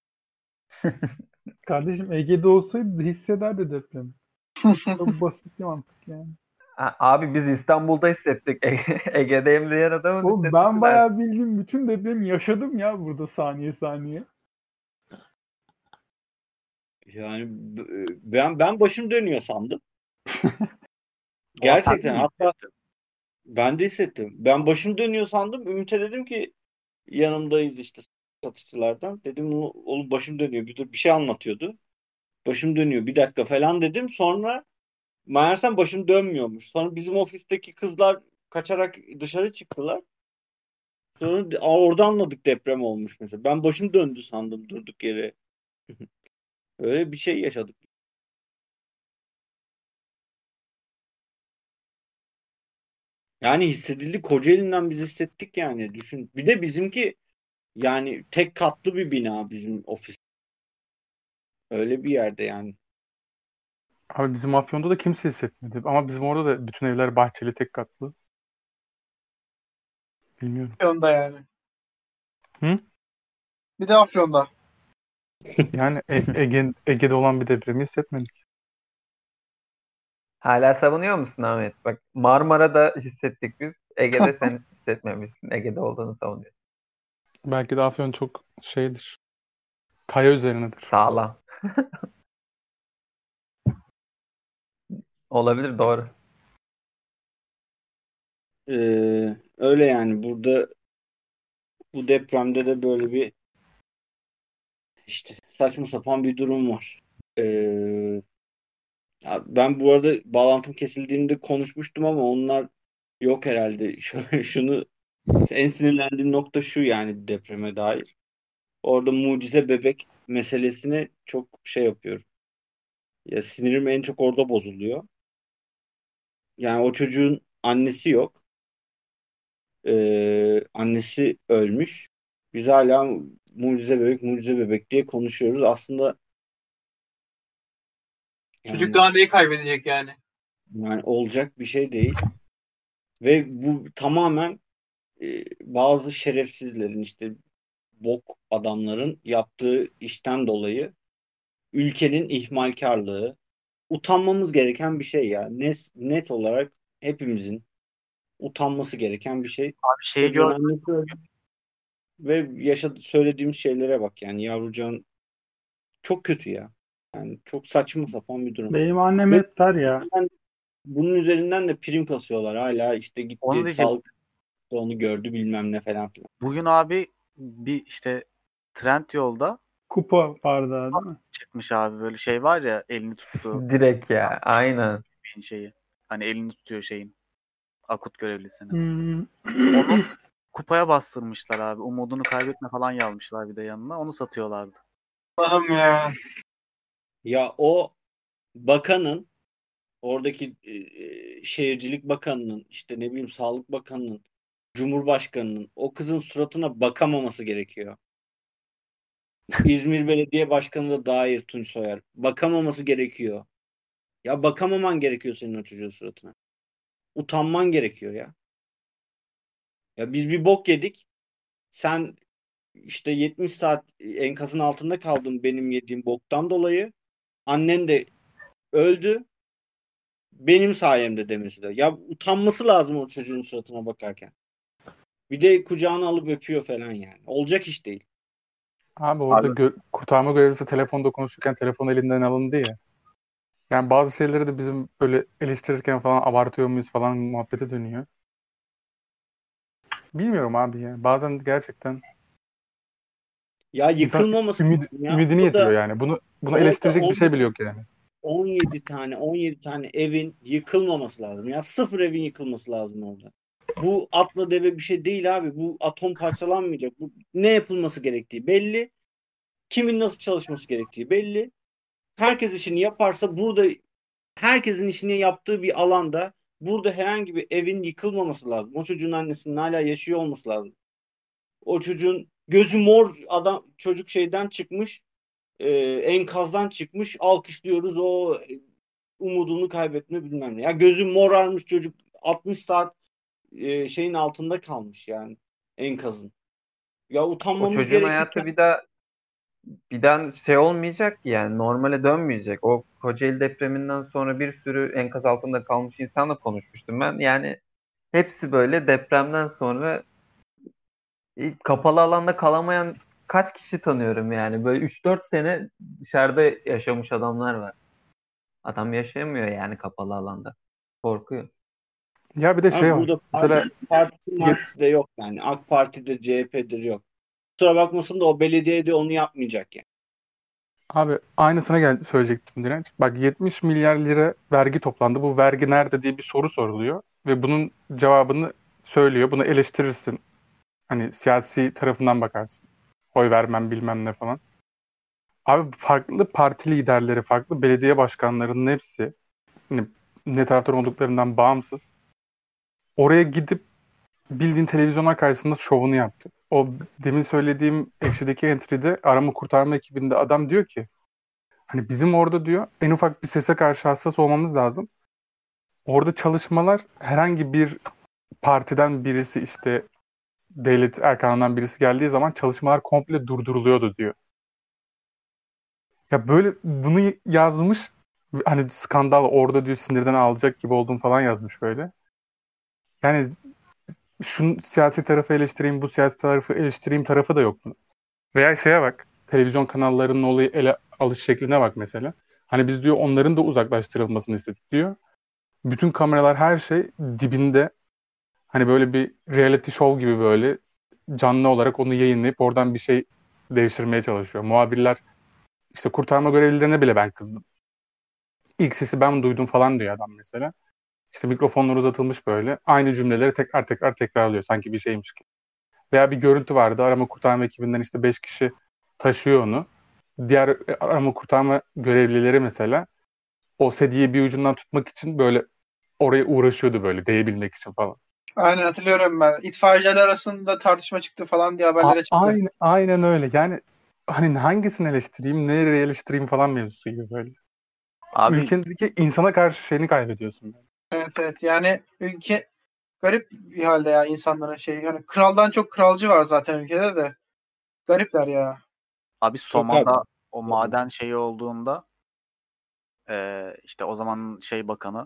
Kardeşim Ege'de olsaydı hissederdi depremi. Çok basit bir mantık yani. Abi biz İstanbul'da hissettik. Ege'deyim diyen adamın Oğlum hissetmesi ben lazım. bayağı bildiğim bütün depremi yaşadım ya burada saniye saniye. Yani ben başım dönüyor sandım. Oha, sen de Gerçekten mi hatta hissettin? ben de hissettim. Ben başım dönüyor sandım. Ümit'e dedim ki yanımdayız işte satışçılardan. Dedim oğlum başım dönüyor. Bir şey anlatıyordu. Başım dönüyor bir dakika falan dedim. Sonra meğersem başım dönmüyormuş. Sonra bizim ofisteki kızlar kaçarak dışarı çıktılar. Sonra orada anladık deprem olmuş mesela. Ben başım döndü sandım durduk yere. Öyle bir şey yaşadık. Yani hissedildi. Kocaeli'nden biz hissettik yani. Düşün. Bir de bizimki yani tek katlı bir bina bizim ofis. Öyle bir yerde yani. Abi bizim Afyon'da da kimse hissetmedi. Ama bizim orada da bütün evler bahçeli, tek katlı. Bilmiyorum. Afyon'da yani. Hı? Bir de Afyon'da. Yani Ege'de olan bir depremi hissetmedik. Hala savunuyor musun Ahmet? Bak Marmara'da hissettik biz. Ege'de sen hissetmemişsin. Ege'de olduğunu savunuyorsun. Belki de Afyon çok şeydir. Kaya üzerinedir. Sağlam. Olabilir, doğru. Öyle yani burada bu depremde de böyle bir işte saçma sapan bir durum var. Ben bu arada bağlantım kesildiğinde konuşmuştum ama onlar yok herhalde. Şunu En sinirlendiğim nokta şu yani depreme dair. Orada mucize bebek meselesine çok şey yapıyorum. Ya sinirim en çok orada bozuluyor. Yani o çocuğun annesi yok. Annesi ölmüş. Biz hala mucize bebek, mucize bebek diye konuşuyoruz. Aslında Çocuk yani, daha neyi kaybedecek yani? yani olacak bir şey değil. Ve bu tamamen bazı şerefsizlerin işte bok adamların yaptığı işten dolayı ülkenin ihmalkarlığı, utanmamız gereken bir şey ya. Net olarak hepimizin utanması gereken bir şey. Abi şeyi Çocuğun gör annesi öldü ve söylediğimiz şeylere bak yani yavrucağın çok kötü ya. Yani çok saçma sapan bir durum. Benim annem Ve hep der ya. bunun üzerinden de prim kasıyorlar. Hala işte onu gitti diyecek. sağlık onu gördü bilmem ne falan filan. Bugün abi bir işte Trendyol'da Kupa bardağı değil mi? çıkmış abi, böyle şey var ya, elini tuttuğu Direkt ya. Aynen. şeyi. Hani elini tutuyor şeyin. Akut görevlisini. Hmm. Onu kupaya bastırmışlar abi. Umudunu kaybetme falan yazmışlar bir de yanına. Onu satıyorlardı. Allah'ım ya. Ya o bakanın oradaki şehircilik bakanının işte ne bileyim sağlık bakanının cumhurbaşkanının o kızın suratına bakamaması gerekiyor. İzmir Belediye Başkanı da dahil Tunç Soyer. Bakamaması gerekiyor. Ya bakamaman gerekiyor senin o çocuğun suratına. Utanman gerekiyor ya. Ya biz bir bok yedik. Sen işte 70 saat enkazın altında kaldın benim yediğim boktan dolayı. Annen de öldü. Benim sayemde demesi de. Ya utanması lazım o çocuğun suratına bakarken. Bir de kucağına alıp öpüyor falan yani. Olacak iş değil. Abi orada kurtarma görevlisi telefonda konuşurken telefon elinden alındı ya. Yani bazı şeyleri de bizim böyle eleştirirken falan abartıyor muyuz falan muhabbete dönüyor. Bilmiyorum abi ya. Bazen gerçekten Ya insan yıkılmaması lazım ya. ümidini yitiriyor Orada yani. Bunu orada eleştirecek bir şey bile yok yani. 17 tane evin yıkılmaması lazım. Ya sıfır evin yıkılması lazım orada. Bu atla deve bir şey değil abi. Bu atom parçalanmayacak. Bu ne yapılması gerektiği belli. Kimin nasıl çalışması gerektiği belli. Herkes işini yaparsa burada herkesin işini yaptığı bir alanda burada herhangi bir evin yıkılmaması lazım. O çocuğun annesinin hala yaşıyor olması lazım. O çocuğun gözü mor adam çocuk şeyden çıkmış enkazdan çıkmış alkışlıyoruz o umudunu kaybetme bilmem ne. Ya gözü morarmış çocuk 60 saat şeyin altında kalmış yani enkazın. Ya O utanmamız çocuğun hayatı gerekirken birden şey olmayacak ki, yani normale dönmeyecek. O Kocaeli depreminden sonra bir sürü enkaz altında kalmış insanla konuşmuştum ben. Yani hepsi böyle depremden sonra kapalı alanda kalamayan kaç kişi tanıyorum yani. Böyle 3-4 sene dışarıda yaşamış adamlar var. Adam yaşayamıyor yani kapalı alanda. Korkuyor. Ya bir de şey abi var. burada Mesela partisi martisi de yok yani. AK Parti'dir, CHP'dir yok. Kusura bakmasın da o belediye de onu yapmayacak yani. abi aynısına söyleyecektim Direnç. Bak 70 milyar lira vergi toplandı. Bu vergi nerede diye bir soru soruluyor. Ve bunun cevabını söylüyor. Bunu eleştirirsin. Hani siyasi tarafından bakarsın. Oy vermem bilmem ne falan. Abi farklı parti liderleri, farklı belediye başkanlarının hepsi hani ne taraftar olduklarından bağımsız oraya gidip bildiğin televizyonlar karşısında şovunu yaptı. O demin söylediğim Ekşi'deki entry'de arama kurtarma ekibinde adam diyor ki hani bizim orada diyor en ufak bir sese karşı hassas olmamız lazım. Orada çalışmalar herhangi bir partiden birisi işte devlet erkanından birisi geldiği zaman çalışmalar komple durduruluyordu diyor. Ya böyle bunu yazmış hani skandal orada diyor sinirden ağlayacak gibi oldum falan yazmış böyle. Yani şu siyasi tarafı eleştireyim bu siyasi tarafı eleştireyim tarafı da yok bunun. Veya şeye bak televizyon kanallarının olayı ele alış şekline bak mesela. Hani biz diyor onların da uzaklaştırılmasını istedik diyor. Bütün kameralar her şey dibinde. Hani böyle bir reality show gibi böyle canlı olarak onu yayınlayıp oradan bir şey değiştirmeye çalışıyor. Muhabirler işte kurtarma görevlilerine bile ben kızdım. İlk sesi ben duydum falan diyor adam mesela. İşte mikrofonlar uzatılmış böyle. Aynı cümleleri tekrar tekrar tekrarlıyor sanki bir şeymiş gibi. Veya bir görüntü vardı. Arama kurtarma ekibinden işte 5 kişi taşıyor onu. Diğer arama kurtarma görevlileri mesela o sedyeyi bir ucundan tutmak için böyle oraya uğraşıyordu böyle değebilmek için falan. Aynen hatırlıyorum ben. İtfaiyeciler arasında tartışma çıktı falan diye haberlere çıktı. Aynen öyle. Yani hani hangisini eleştireyim, nereye eleştireyim falan mevzusu gibi böyle. Abi Ülkedeki insana karşı şeyini kaybediyorsun. Evet yani ülke garip bir halde ya insanların şey. Yani kraldan çok kralcı var zaten ülkede de. Garipler ya. abi Yok abi. Soma'da o maden şeyi olduğunda işte o zaman şey bakanı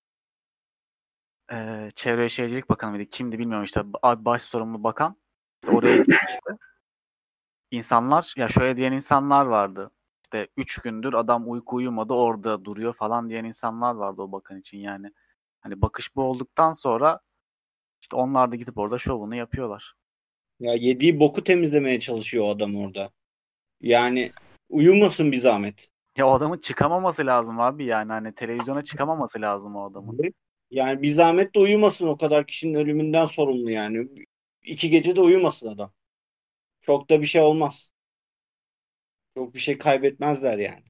Çevre ve Şehircilik Bakanı mıydı? Kimdi bilmiyorum işte baş sorumlu bakan işte oraya gitmişti. İnsanlar ya şöyle diyen insanlar vardı. İşte 3 gündür adam uyku uyumadı orada duruyor falan diyen insanlar vardı o bakan için yani. Hani bakış bu olduktan sonra işte onlar da gidip orada şovunu yapıyorlar. Ya yediği boku temizlemeye çalışıyor o adam orada. Yani uyumasın bir zahmet. Ya o adamın çıkamaması lazım abi yani hani televizyona çıkamaması lazım o adamın. Yani bir zahmet de uyumasın, o kadar kişinin ölümünden sorumlu yani. 2 gece de uyumasın adam. Çok da bir şey olmaz. Çok bir şey kaybetmezler yani.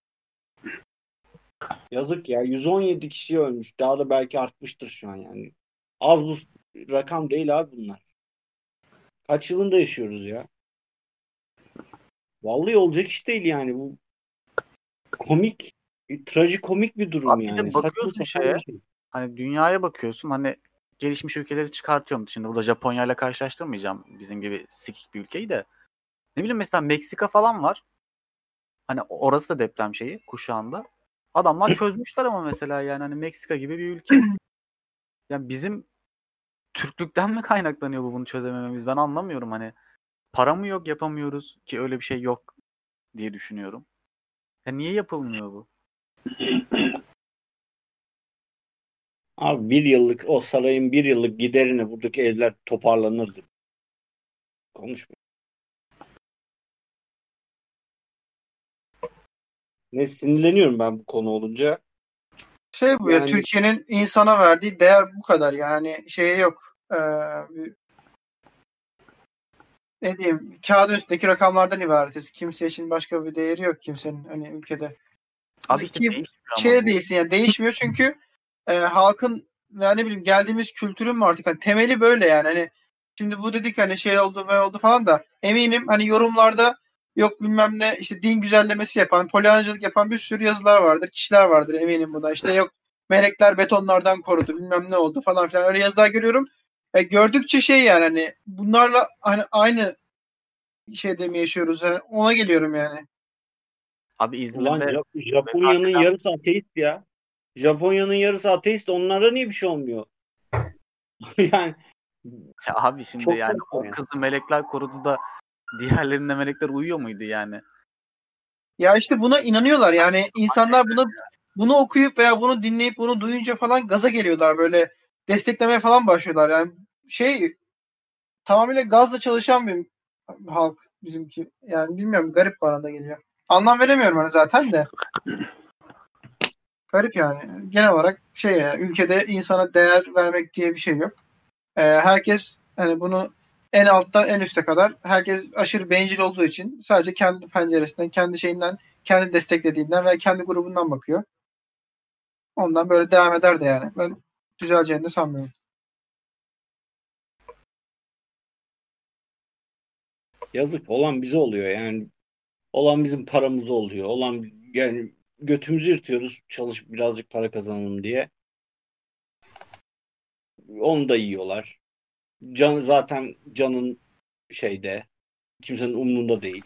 Yazık ya. 117 kişi ölmüş. Daha da belki artmıştır şu an yani. Az bu rakam değil abi bunlar. Kaç yılında yaşıyoruz ya? Vallahi olacak iş değil yani. Bu komik, trajikomik bir durum Abi bir yani. de Saçma bakıyorsun sapan şeye bir şey. hani dünyaya bakıyorsun hani gelişmiş ülkeleri çıkartıyorum. Şimdi burada Japonya ile karşılaştırmayacağım bizim gibi sikik bir ülkeyi de. Ne bileyim mesela Meksika falan var. Hani orası da deprem şeyi kuşağında. Adamlar çözmüşler ama mesela yani hani Meksika gibi bir ülke. Yani bizim Türklükten mi kaynaklanıyor bunu çözemememiz? Ben anlamıyorum hani. Para mı yok yapamıyoruz ki öyle bir şey yok diye düşünüyorum. Ya niye yapılmıyor bu? Abi bir yıllık o sarayın bir yıllık giderine buradaki evler toparlanırdı. Konuşma. Ne sinirleniyorum ben bu konu olunca. Şey bu ya Yani Türkiye'nin insana verdiği değer bu kadar yani şey yok. Ne diyeyim kağıdın üstündeki rakamlardan ibaretiz. Kimse için başka bir değeri yok kimsenin hani ülkede. Abi işte Ki değişmiyor şey ama de bu. değilsin yani değişmiyor çünkü halkın yani ne bileyim geldiğimiz kültürün mü artık hani temeli böyle yani hani şimdi bu dedik hani şey oldu böyle oldu falan da eminim hani yorumlarda yok bilmem ne işte din güzellemesi yapan, polyanacılık yapan bir sürü yazılar vardır, kişiler vardır eminim buna. İşte yok melekler betonlardan korudu bilmem ne oldu falan filan öyle yazılar görüyorum. Gördükçe şey yani hani bunlarla hani aynı şeyde mi yaşıyoruz? Yani ona geliyorum yani. Abi ulan İzmir'de vefat Japonya'nın eden yarısı ateist ya. Japonya'nın yarısı ateist. Onlara niye bir şey olmuyor? Yani ya abi şimdi çok yani saçma o ya. kızı melekler korudu da diğerlerinde melekler uyuyor muydu yani? Ya işte buna inanıyorlar. Yani insanlar bunu okuyup veya bunu dinleyip bunu duyunca falan gaza geliyorlar. Böyle desteklemeye falan başlıyorlar. Yani şey tamamıyla gazla çalışan bir halk bizimki. Yani bilmiyorum garip bana da geliyor. Anlam veremiyorum hani zaten de. Garip yani. Genel olarak şey ya, ülkede insana değer vermek diye bir şey yok. Herkes hani bunu en alttan en üste kadar herkes aşırı bencil olduğu için sadece kendi penceresinden, kendi şeyinden, kendi desteklediğinden ve kendi grubundan bakıyor. Ondan böyle devam eder de yani. Ben düzeleceğini de sanmıyorum. Yazık olan bize oluyor yani. Olan bizim paramız oluyor. Olan yani götümüzü yırtıyoruz çalışıp birazcık para kazanalım diye. Onu da yiyorlar. Zaten canın şeyde kimsenin umrunda değil.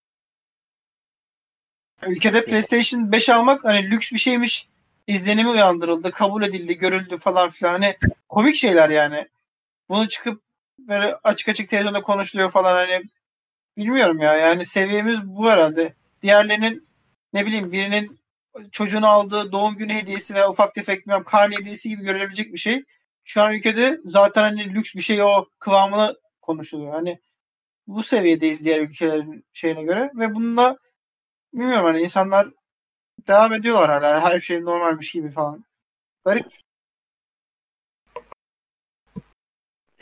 Ülkede Saçma sapan. PlayStation 5 almak hani lüks bir şeymiş izlenimi uyandırıldı, kabul edildi, görüldü falan filan. Hani komik şeyler yani. Bunu çıkıp böyle açık açık televizyonda konuşuluyor falan hani bilmiyorum ya. Yani seviyemiz bu herhalde. Diğerlerinin ne bileyim birinin çocuğunu aldığı doğum günü hediyesi veya ufak tefek bilmem karne hediyesi gibi görülebilecek bir şey. Şu an ülkede zaten hani lüks bir şey o kıvamına konuşuluyor. Hani bu seviyedeyiz diğer ülkelerin şeyine göre ve bununla bilmiyorum hani insanlar devam ediyorlar hala her şey normalmiş gibi falan. Garip.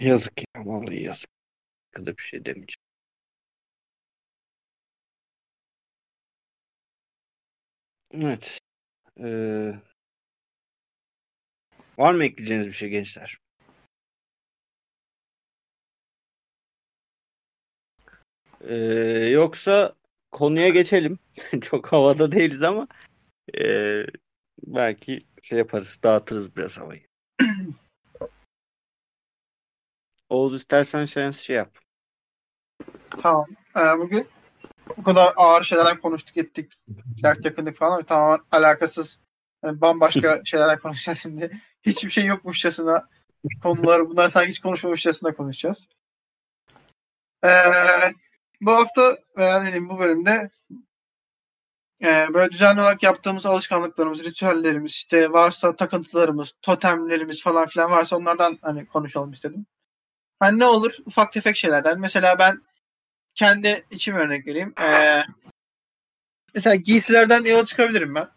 Yazık ya. Vallahi yazık. Kadar bir şey demeyeceğim. Evet. Var mı ekleyeceğiniz bir şey gençler? Yoksa konuya geçelim. Çok havada değiliz ama belki şey yaparız, dağıtırız biraz havayı. Oğuz istersen şey yap. Tamam. Bugün bu kadar ağır şeylerden konuştuk ettik. Dert yakındık falan. Tamamen alakasız. Yani bambaşka şeylerden konuşacağız şimdi. Hiçbir şey yokmuşçasına bunları sanki hiç konuşmamışçasına konuşacağız. Bu hafta veya bu bölümde böyle düzenli olarak yaptığımız alışkanlıklarımız, ritüellerimiz, işte varsa takıntılarımız, totemlerimiz falan filan varsa onlardan hani konuşalım istedim. Hani ne olur? Ufak tefek şeylerden. Mesela ben kendi içime örnek vereyim. Mesela giysilerden yola çıkabilirim ben.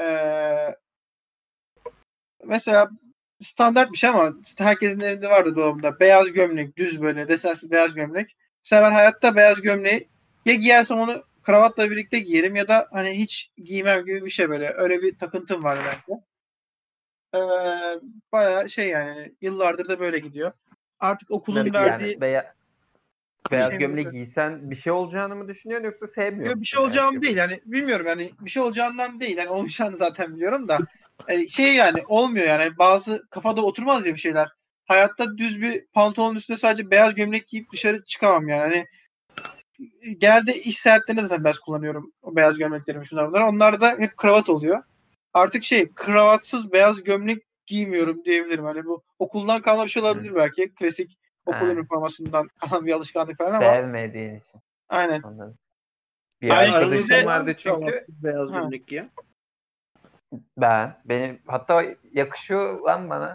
Mesela standart bir şey ama işte herkesin evinde vardı dolabında. Beyaz gömlek, düz böyle desensiz beyaz gömlek. Mesela ben hayatta beyaz gömleği ya giyersem onu kravatla birlikte giyerim ya da hani hiç giymem gibi bir şey böyle. Öyle bir takıntım var bende. Bayağı şey yani yıllardır da böyle gidiyor. Artık okulun verdiği Yani beyaz şey gömleği mi? giysen bir şey olacağını mı düşünüyorsun yoksa sevmiyor Yok, bir musun şey beyaz olacağım gömleği? değil yani bilmiyorum yani bir şey olacağından değil yani olmayacağını zaten biliyorum da şey yani olmuyor yani bazı kafada oturmaz ya bir şeyler. Hayatta düz bir pantolonun üstüne sadece beyaz gömlek giyip dışarı çıkamam yani. Hani genelde iş seyahatlerinde zaten beyaz kullanıyorum o beyaz gömleklerimi şunlar bunlar. Onlar da hep kravat oluyor. Artık kravatsız beyaz gömlek giymiyorum diyebilirim. Hani bu okuldan kalma bir şey olabilir belki. Klasik okul Ha, üniformasından kalan bir alışkanlık falan ama sevmediğin için. aynen. Anladım. Bir Aynı arkadaşım şekilde vardı çünkü Beyaz ha, gömlek giyen. benim hatta yakışıyor lan bana.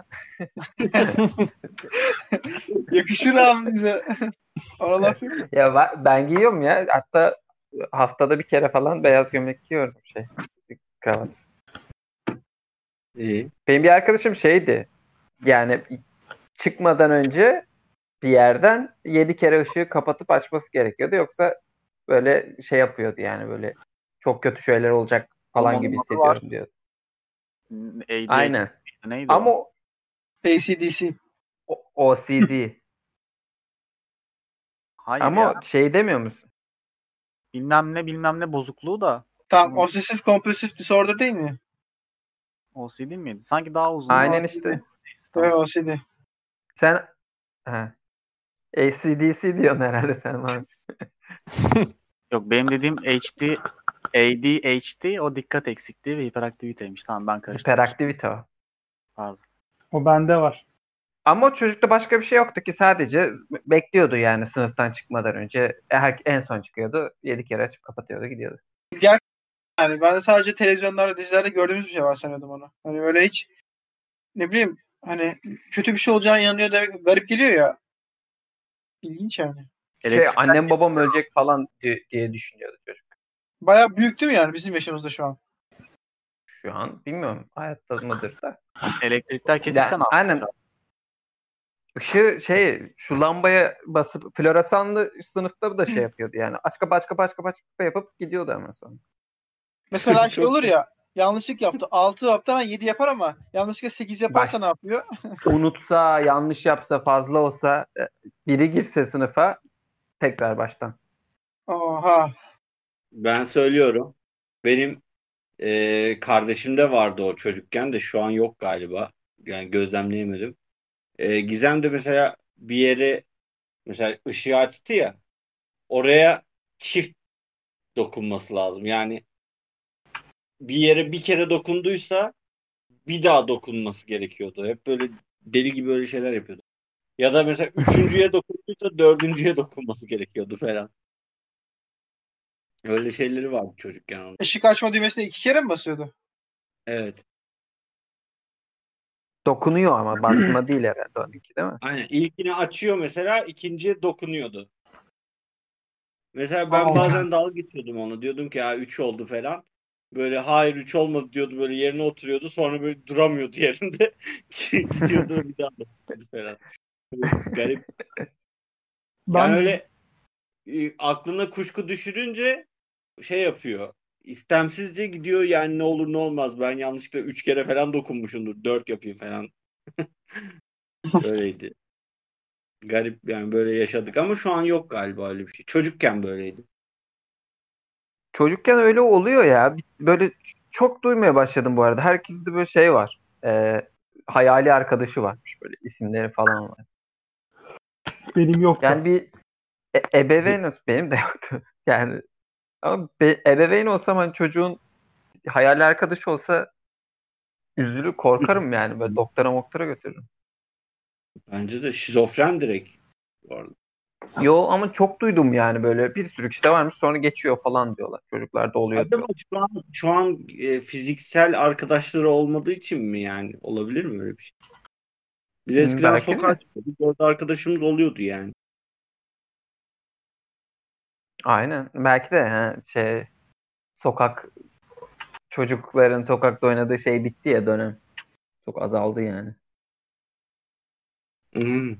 yakışır abi bize. Ona laf yok. Ya ben giyiyorum ya. Hatta haftada bir kere falan beyaz gömlek giyiyorum kravat. İyi. Benim bir arkadaşım şeydi. Yani çıkmadan önce bir yerden 7 kere ışığı kapatıp açması gerekiyordu. Yoksa böyle şey yapıyordu yani böyle çok kötü şeyler olacak falan Oğlum gibi onun adı var. hissediyorum diyordu. ADHD Aynen. neydi Ama o? AC/DC. OCD. Hayır Ama ya. şey demiyor musun? Bilmem ne bozukluğu da. Tamam. Tamam. Obsessive Compulsive Disorder değil mi? OCD miydi? Sanki daha uzun. Aynen OCD. işte. Neyse, Evet, tamam. OCD. Sen AC/DC diyorsun herhalde sen var. Yok benim dediğim ADHD o dikkat eksikliği ve hiperaktiviteymiş. Tamam ben karıştırdım. Hiperaktivite o. Pardon. O bende var. Ama o çocukta başka bir şey yoktu ki sadece bekliyordu yani sınıftan çıkmadan önce. En son çıkıyordu. 7 kere açıp kapatıyordu gidiyordu. Yani ben de sadece televizyonlarda, dizilerde gördüğümüz bir şey var sanıyordum onu. Hani böyle hiç ne bileyim hani kötü bir şey olacağına inanıyor demek garip geliyor ya. İlginç yani. Annem babam ölecek falan diye düşünüyordu çocuk. Bayağı büyük değil mi yani bizim yaşımızda şu an? Şu an bilmiyorum hayatta mıdır da. Elektrikler kesilse ne Aynen. yapacak? Işığı şu lambaya basıp floresanlı sınıfta da şey yapıyordu yani. Açka yapıp gidiyordu hemen sonra. Mesela şey Çok- olur ya yanlışlık yaptı. 6 yaptı ama 7 yapar ama yanlışlıkla 8 yaparsa ne yapıyor? Unutsa, yanlış yapsa, fazla olsa biri girse sınıfa tekrar baştan. Oha. Ben söylüyorum. Benim kardeşimde vardı o çocukken de şu an yok galiba. Yani gözlemleyemedim. Gizem de mesela bir yere mesela ışığı açtı ya oraya çift dokunması lazım. Yani bir yere bir kere dokunduysa bir daha dokunması gerekiyordu. Hep böyle deli gibi öyle şeyler yapıyordu. Ya da mesela üçüncüye dokunduysa dördüncüye dokunması gerekiyordu falan. Öyle şeyleri vardı çocukken onun. Işık açma düğmesine 2 kere mi basıyordu? Evet. Dokunuyor ama basma değil herhalde onunki değil mi? Aynen. İlkini açıyor mesela, ikinciye dokunuyordu. Mesela ben Aa. bazen dalga geçiyordum ona. Diyordum ki ya 3 oldu falan. Böyle hayır 3 olmadı diyordu, böyle yerine oturuyordu. Sonra böyle duramıyordu yerinde. Gidiyordu bir daha bakıyordu falan. Garip. Ben Yani öyle aklına kuşku düşürünce şey yapıyor. İstemsizce gidiyor yani ne olur ne olmaz. Ben yanlışlıkla 3 kere falan dokunmuşumdur. 4 yapayım falan. Böyleydi. Garip yani böyle yaşadık ama şu an yok galiba öyle bir şey. Çocukken böyleydi. Çocukken öyle oluyor ya. Böyle çok duymaya başladım bu arada. Herkeste böyle şey var. Hayali arkadaşı varmış, böyle isimleri falan var. benim yoktu. Yani bir ebeveyn olsa, benim de yoktu. Yani ama ebeveyn olsam, hani çocuğun hayali arkadaşı olsa üzülür, korkarım yani. Böyle doktora götürürüm. Bence de şizofren direkt. Bu arada. Yo, ama çok duydum yani, böyle bir sürü kişi de varmış, sonra geçiyor falan diyorlar. Çocuklarda oluyor Acaba diyor. şu an fiziksel arkadaşları olmadığı için mi yani? Olabilir mi öyle bir şey? Biz eskiden Belki sokağa de. çıkıyorduk. Orada arkadaşımız oluyordu yani. Aynen. Belki de çocukların sokakta oynadığı şey bitti ya, dönem. Çok azaldı yani. Hmm.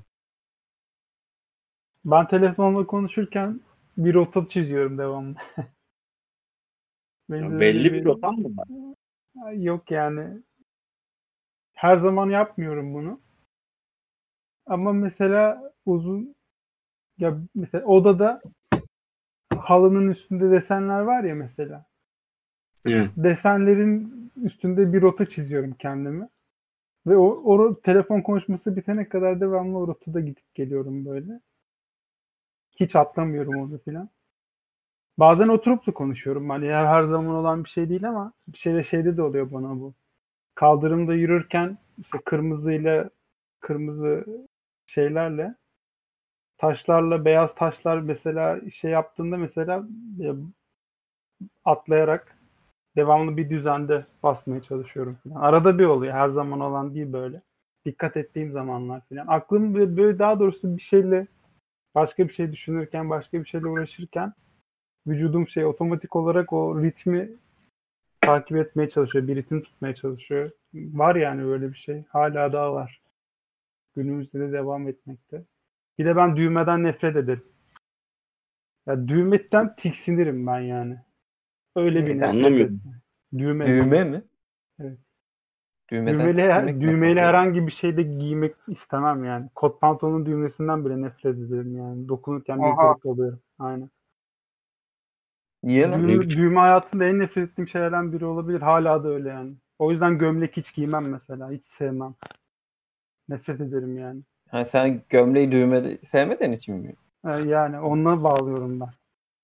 Ben telefonla konuşurken bir rota çiziyorum devamlı. Benim de Belli öyle bir rotam mı var? yok yani. Her zaman yapmıyorum bunu. Ama mesela mesela odada halının üstünde desenler var ya mesela. Evet. Desenlerin üstünde bir rota çiziyorum kendime. Ve o telefon konuşması bitene kadar devamlı o rotada gidip geliyorum böyle. Hiç atlamıyorum onu filan. Bazen oturup da konuşuyorum. Hani her zaman olan bir şey değil ama bir şeyde de oluyor bana bu. Kaldırımda yürürken işte kırmızı şeylerle, taşlarla, beyaz taşlar mesela şey yaptığında mesela atlayarak devamlı bir düzende basmaya çalışıyorum falan. Arada bir oluyor. Her zaman olan değil böyle. Dikkat ettiğim zamanlar falan. Aklım böyle daha doğrusu başka bir şey düşünürken, başka bir şeyle uğraşırken vücudum otomatik olarak o ritmi takip etmeye çalışıyor. Bir ritim tutmaya çalışıyor. Var yani böyle bir şey. Hala daha var. Günümüzde de devam etmekte. Bir de ben düğmeden nefret ederim. Ya düğmeden tiksinirim ben yani. Öyle bir nefret Anlamıyorum. etme. Düğme. Düğme mi? Evet. Düğmeden tiksinmek nasıl? Herhangi bir şeyde giymek istemem yani. Kot pantolonun düğmesinden bile nefret ederim yani. Dokunurken bir Aha. garip oluyorum. Aynen. Niye lan? Ne biçim? Düğme hayatımda en nefret ettiğim şeylerden biri olabilir. Hala da öyle yani. O yüzden gömlek hiç giymem mesela. Hiç sevmem. Nefret ederim yani. Ha, sen gömleği düğmede sevmediğin için mi? Yani onunla bağlıyorum ben.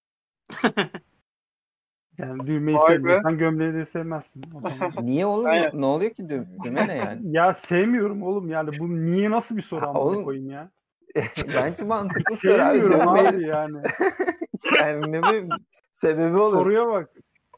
Yani düğmeyi Vay be. sevmiyorsan gömleği de sevmezsin. O zaman. Niye oğlum? Aynen. Ne oluyor ki düğme ne yani? Ya sevmiyorum oğlum yani. Bu niye nasıl bir soru Ha, amına oğlum. koyayım ya? Bence mantıklı soru abi. Sevmiyorum Dövmeyi abi yani. sevmemin sebebi olur. Soruya bak.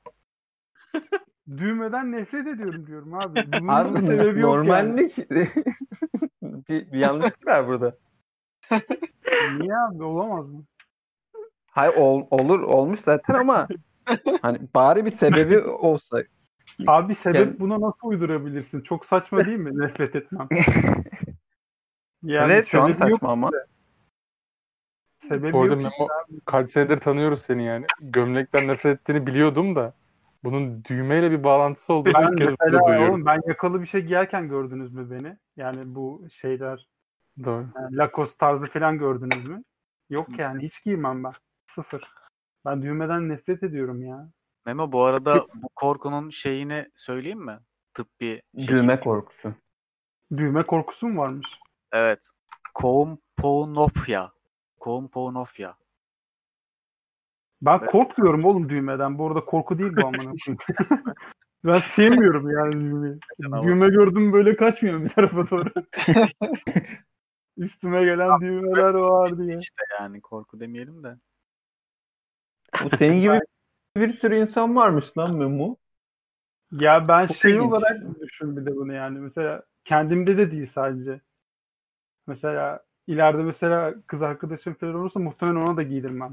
Düğmeden nefret ediyorum diyorum abi. Bunun Abi bir sebebi yok normal yani. mi ki? bir yanlışlık var burada. Niye abi? Olamaz mı? Hayır, olur olmuş zaten ama hani bari bir sebebi olsa. Abi sebep Yani- buna nasıl uydurabilirsin? Çok saçma değil mi nefret etmem? Yani Evet, şu an sebebi yok saçma ama. işte. Sebebi Bu arada yok. Memo, kaç senedir tanıyoruz seni yani. Gömlekten nefret ettiğini biliyordum da bunun düğmeyle bir bağlantısı olduğunu Ben ilk kez mesela burada duyuyorum. oğlum ben yakalı bir şey giyerken gördünüz mü beni? Yani bu şeyler Doğru. Lacoste tarzı falan gördünüz mü? Yok yani hiç giymem ben. Sıfır. Ben düğmeden nefret ediyorum ya. Memo, bu arada bu korkunun şeyini söyleyeyim mi? Tıbbi Düğme korkusu. Düğme korkusu mu varmış? Evet. Koumpounophya. Koumpounophya. Ben Evet. korkmuyorum oğlum düğmeden. Bu arada korku değil bu amına koyayım. Ben sevmiyorum yani düğmeyi. Canavar. Düğme gördüm böyle kaçmıyorum bir tarafa doğru. Üstüme gelen düğmeler var diye. İşte yani korku demeyelim de. Bu senin gibi bir sürü insan varmış lan Memo. Ya ben Çok şey ilginç. olarak düşün bir de bunu yani. Mesela kendimde de değil sadece. Mesela ileride mesela kız arkadaşım falan olursa muhtemelen ona da giydirmem.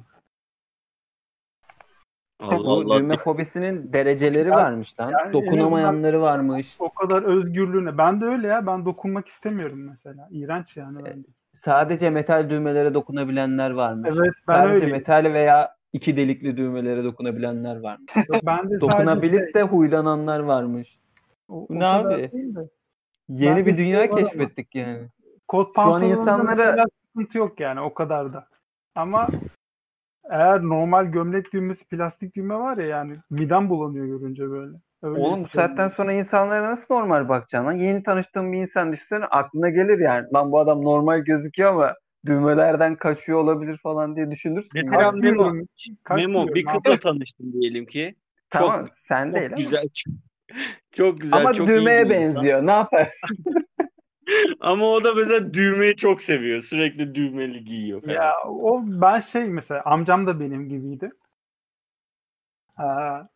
Allah Bu Allah. düğme fobisinin dereceleri Ya- varmış lan. yani en Dokunamayanları varmış. O kadar özgürlüğüne. Ben de öyle ya. Ben dokunmak istemiyorum mesela. İğrenç yani bence. Sadece metal düğmelere dokunabilenler varmış. Evet, ben Sadece öyleyim. metal veya 2 delikli düğmelere dokunabilenler varmış. Yok, ben de sadece Dokunabilip de huylananlar varmış. o Bu ne kadar abi? değil de. Yeni Ben de bir dünya var ama. keşfettik yani. Kot Şu an pantolonda insanlara mesela sıkıntı yok yani o kadar da. Ama eğer normal gömlek düğmesi plastik düğme var ya yani midem bulanıyor görünce böyle. Öyle oğlum bu saatten hissediyorum. sonra insanlara nasıl normal bakacaksın lan? Yeni tanıştığın bir insan düşünsene aklına gelir yani. Lan bu adam normal gözüküyor ama düğmelerden kaçıyor olabilir falan diye düşünürsün. Mesela Yani. Memo, Kaçmıyorum bir abi. kızla tanıştın diyelim ki. Tamam Çok sen çok değil ama. güzel, çok güzel, Ama çok iyi düğmeye bir insan. benziyor. Ne yaparsın? Ama o da mesela düğmeyi çok seviyor. Sürekli düğmeli giyiyor falan. Ya o ben mesela amcam da benim gibiydi. Ee,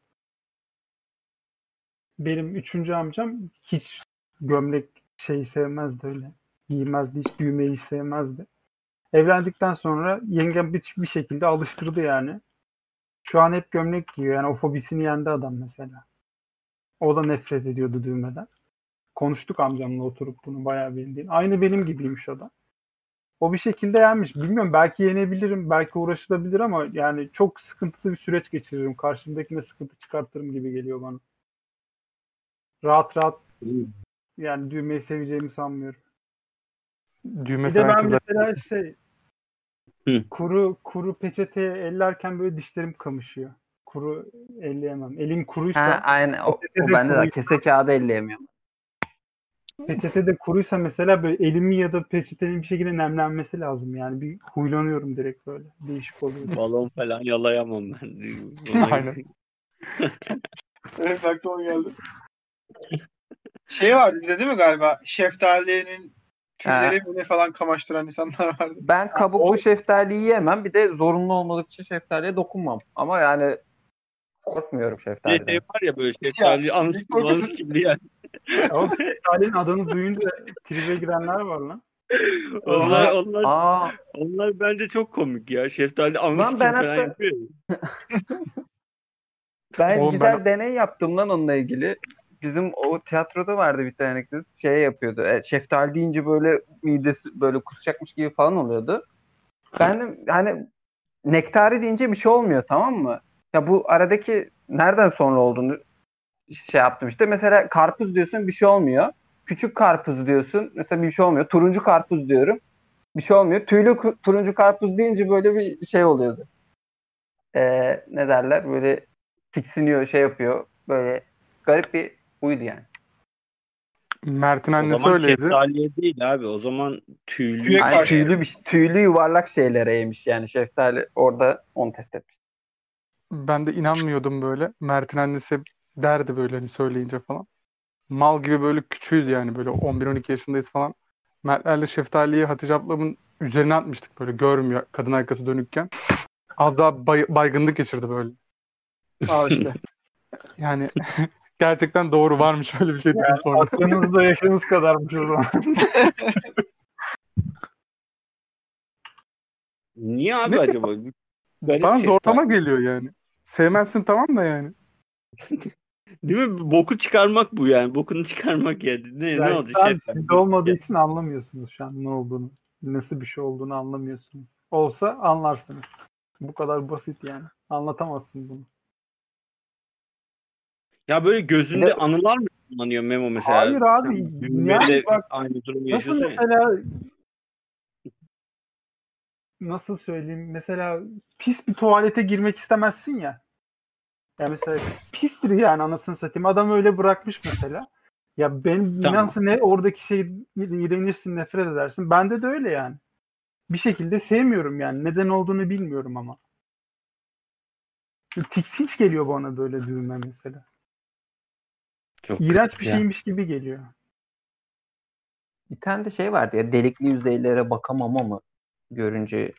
benim 3. amcam hiç gömlek sevmezdi öyle. Giymezdi, hiç düğmeyi sevmezdi. Evlendikten sonra yengem bir şekilde alıştırdı yani. Şu an hep gömlek giyiyor. Yani o fobisini yendi adam mesela. O da nefret ediyordu düğmeden. Konuştuk amcamla oturup bunu bayağı bildiğin. Aynı benim gibiymiş o da. O bir şekilde yenmiş. Bilmiyorum belki yenebilirim, belki uğraşılabilir ama yani çok sıkıntılı bir süreç geçiririm. Karşımdakine sıkıntı çıkartırım gibi geliyor bana. Rahat rahat yani düğmeyi seveceğimi sanmıyorum. Düğme Bir de seven ben kızlar. mesela Hı. kuru peçeteye ellerken böyle dişlerim kamışıyor. Kuru elleyemem. Elim Ha, kuruysa aynen. O peçete de bende de kuruysa, kese kağıdı elleyemiyorum. peçete de kuruysa mesela böyle elimi ya da peçetenin bir şekilde nemlenmesi lazım. Yani bir huylanıyorum direkt böyle. Değişik oluyor. Balon falan yalayamam ben. Aynen. Evet aklıma geldi. Şey vardı bir de değil mi galiba? Şeftalinin tüyleri mi ne falan kamaştıran insanlar vardı. Ben kabuklu şeftaliyi yemem. Bir de zorunlu olmadık için şeftaliye dokunmam. Ama yani korkmuyorum Bir şeftaliden. şey var ya böyle şeftali anıs gibi yani. O şeftali'nin adını duyunca tribe girenler var lan. Onlar bence çok komik ya. Şeftali anıs Lan ben gibi falan hatta yapıyor ya. ben Oğlum güzel ben deney yaptım lan onunla ilgili. Bizim o tiyatroda vardı bir tane kız yapıyordu. Şeftali deyince böyle midesi böyle kusacakmış gibi falan oluyordu. Ben de hani nektari deyince bir şey olmuyor, tamam mı? Ya bu aradaki nereden sonra olduğunu yaptım işte. Mesela karpuz diyorsun bir şey olmuyor. Küçük karpuz diyorsun mesela bir şey olmuyor. Turuncu karpuz diyorum. Bir şey olmuyor. Tüylü turuncu karpuz deyince böyle bir şey oluyordu. Ne derler? Böyle tiksiniyor, yapıyor. Böyle garip bir huydu yani. Mert'in O annesi zaman öyleydi. şeftaliye değil abi. O zaman tüylü Tüye Yani karşı. tüylü yuvarlak şeylere yemiş yani şeftali. Orada onu test etmiş. Ben de inanmıyordum böyle. Mert'in annesi hep derdi böyle hani söyleyince falan. Mal gibi böyle küçüğüz yani böyle 11-12 yaşındayız falan. Mertlerle şeftaliyi Hatice ablamın üzerine atmıştık böyle görmüyor kadın arkası dönükken. Az daha baygınlık geçirdi böyle. Al işte. Yani gerçekten doğru varmış öyle bir şey dedim sonra. Aklınızda yaşınız kadarmış o zaman. Niye abi Ne? acaba? Garip Bana şeftali. zorlama geliyor yani. Sevmezsin tamam da yani. Değil mi? Boku çıkarmak bu yani. Bokunu çıkarmak yani. Ne Yani oldu sen şeftali? sizde olmadığı için anlamıyorsunuz şu an ne olduğunu. Nasıl bir şey olduğunu anlamıyorsunuz. Olsa anlarsınız. Bu kadar basit yani. Anlatamazsın bunu. Ya böyle Bir gözünde de anılar mı canlanıyor Memo mesela? Hayır abi. Sen Yani düğmede bak aynı durumu nasıl yaşıyorsun ya. mesela nasıl söyleyeyim? Mesela pis bir tuvalete girmek istemezsin ya. Ya mesela pistir yani anasını satayım. Adam öyle bırakmış mesela. Ya benim Tamam. inansın ne oradaki iğrenirsin, nefret edersin. Bende de öyle yani. Bir şekilde sevmiyorum yani. Neden olduğunu bilmiyorum ama. Tiksinç geliyor bana böyle düğme mesela. Çok İğrenç kötü bir ya. şeymiş gibi geliyor. bir tane de vardı ya delikli yüzeylere bakamama mı görünce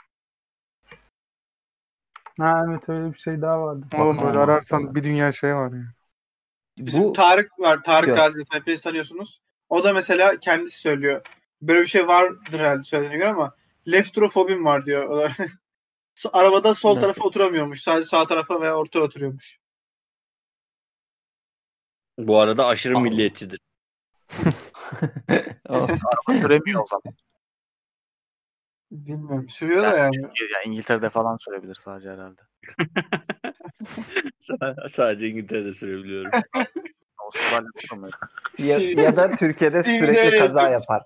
Ha evet öyle bir şey daha vardı. Oğlum böyle bakamama ararsan hastalığı. bir dünya şey var ya. Bizim Bu Tarık var. Tarık Gör. Gazi. Hepiniz tanıyorsunuz. O da mesela kendisi söylüyor. Böyle bir şey vardır herhalde söylediğine göre ama leftrofobim var diyor. O da arabada sol Nasıl? tarafa oturamıyormuş. Sadece sağ tarafa veya ortaya oturuyormuş. Bu arada aşırı Allah. milliyetçidir. O- Araba süremiyor o zaman. Bilmiyorum. Sürüyor da yani. Ya İngiltere'de falan sürebilir sadece herhalde. Sadece İngiltere'de sürebiliyorum. Avustralya'da sürmüyor. Ya da Türkiye'de TV'de sürekli öyle kaza yazıyor. yapar.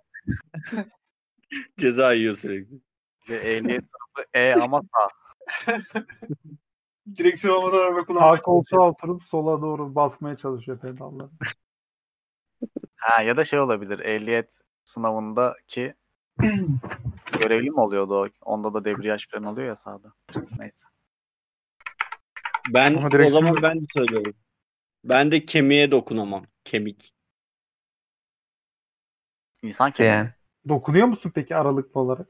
Ceza yiyor sürekli. Ehliyet sınıfı ama sağ. Direksiyon olmadan araba kullanmak. Sağ koltuğa oturup sola doğru basmaya çalışıyor pedalları. Ha, ya da şey olabilir. Ehliyet sınavındaki görevli mi oluyordu o? Onda da debriyaj falan oluyor ya sağda. Neyse. Ben Ama o direksiyon- zaman ben de söylüyorum. Ben de kemiğe dokunamam. Kemik. İnsan kemiği. Yani. Dokunuyor musun peki aralıklı olarak?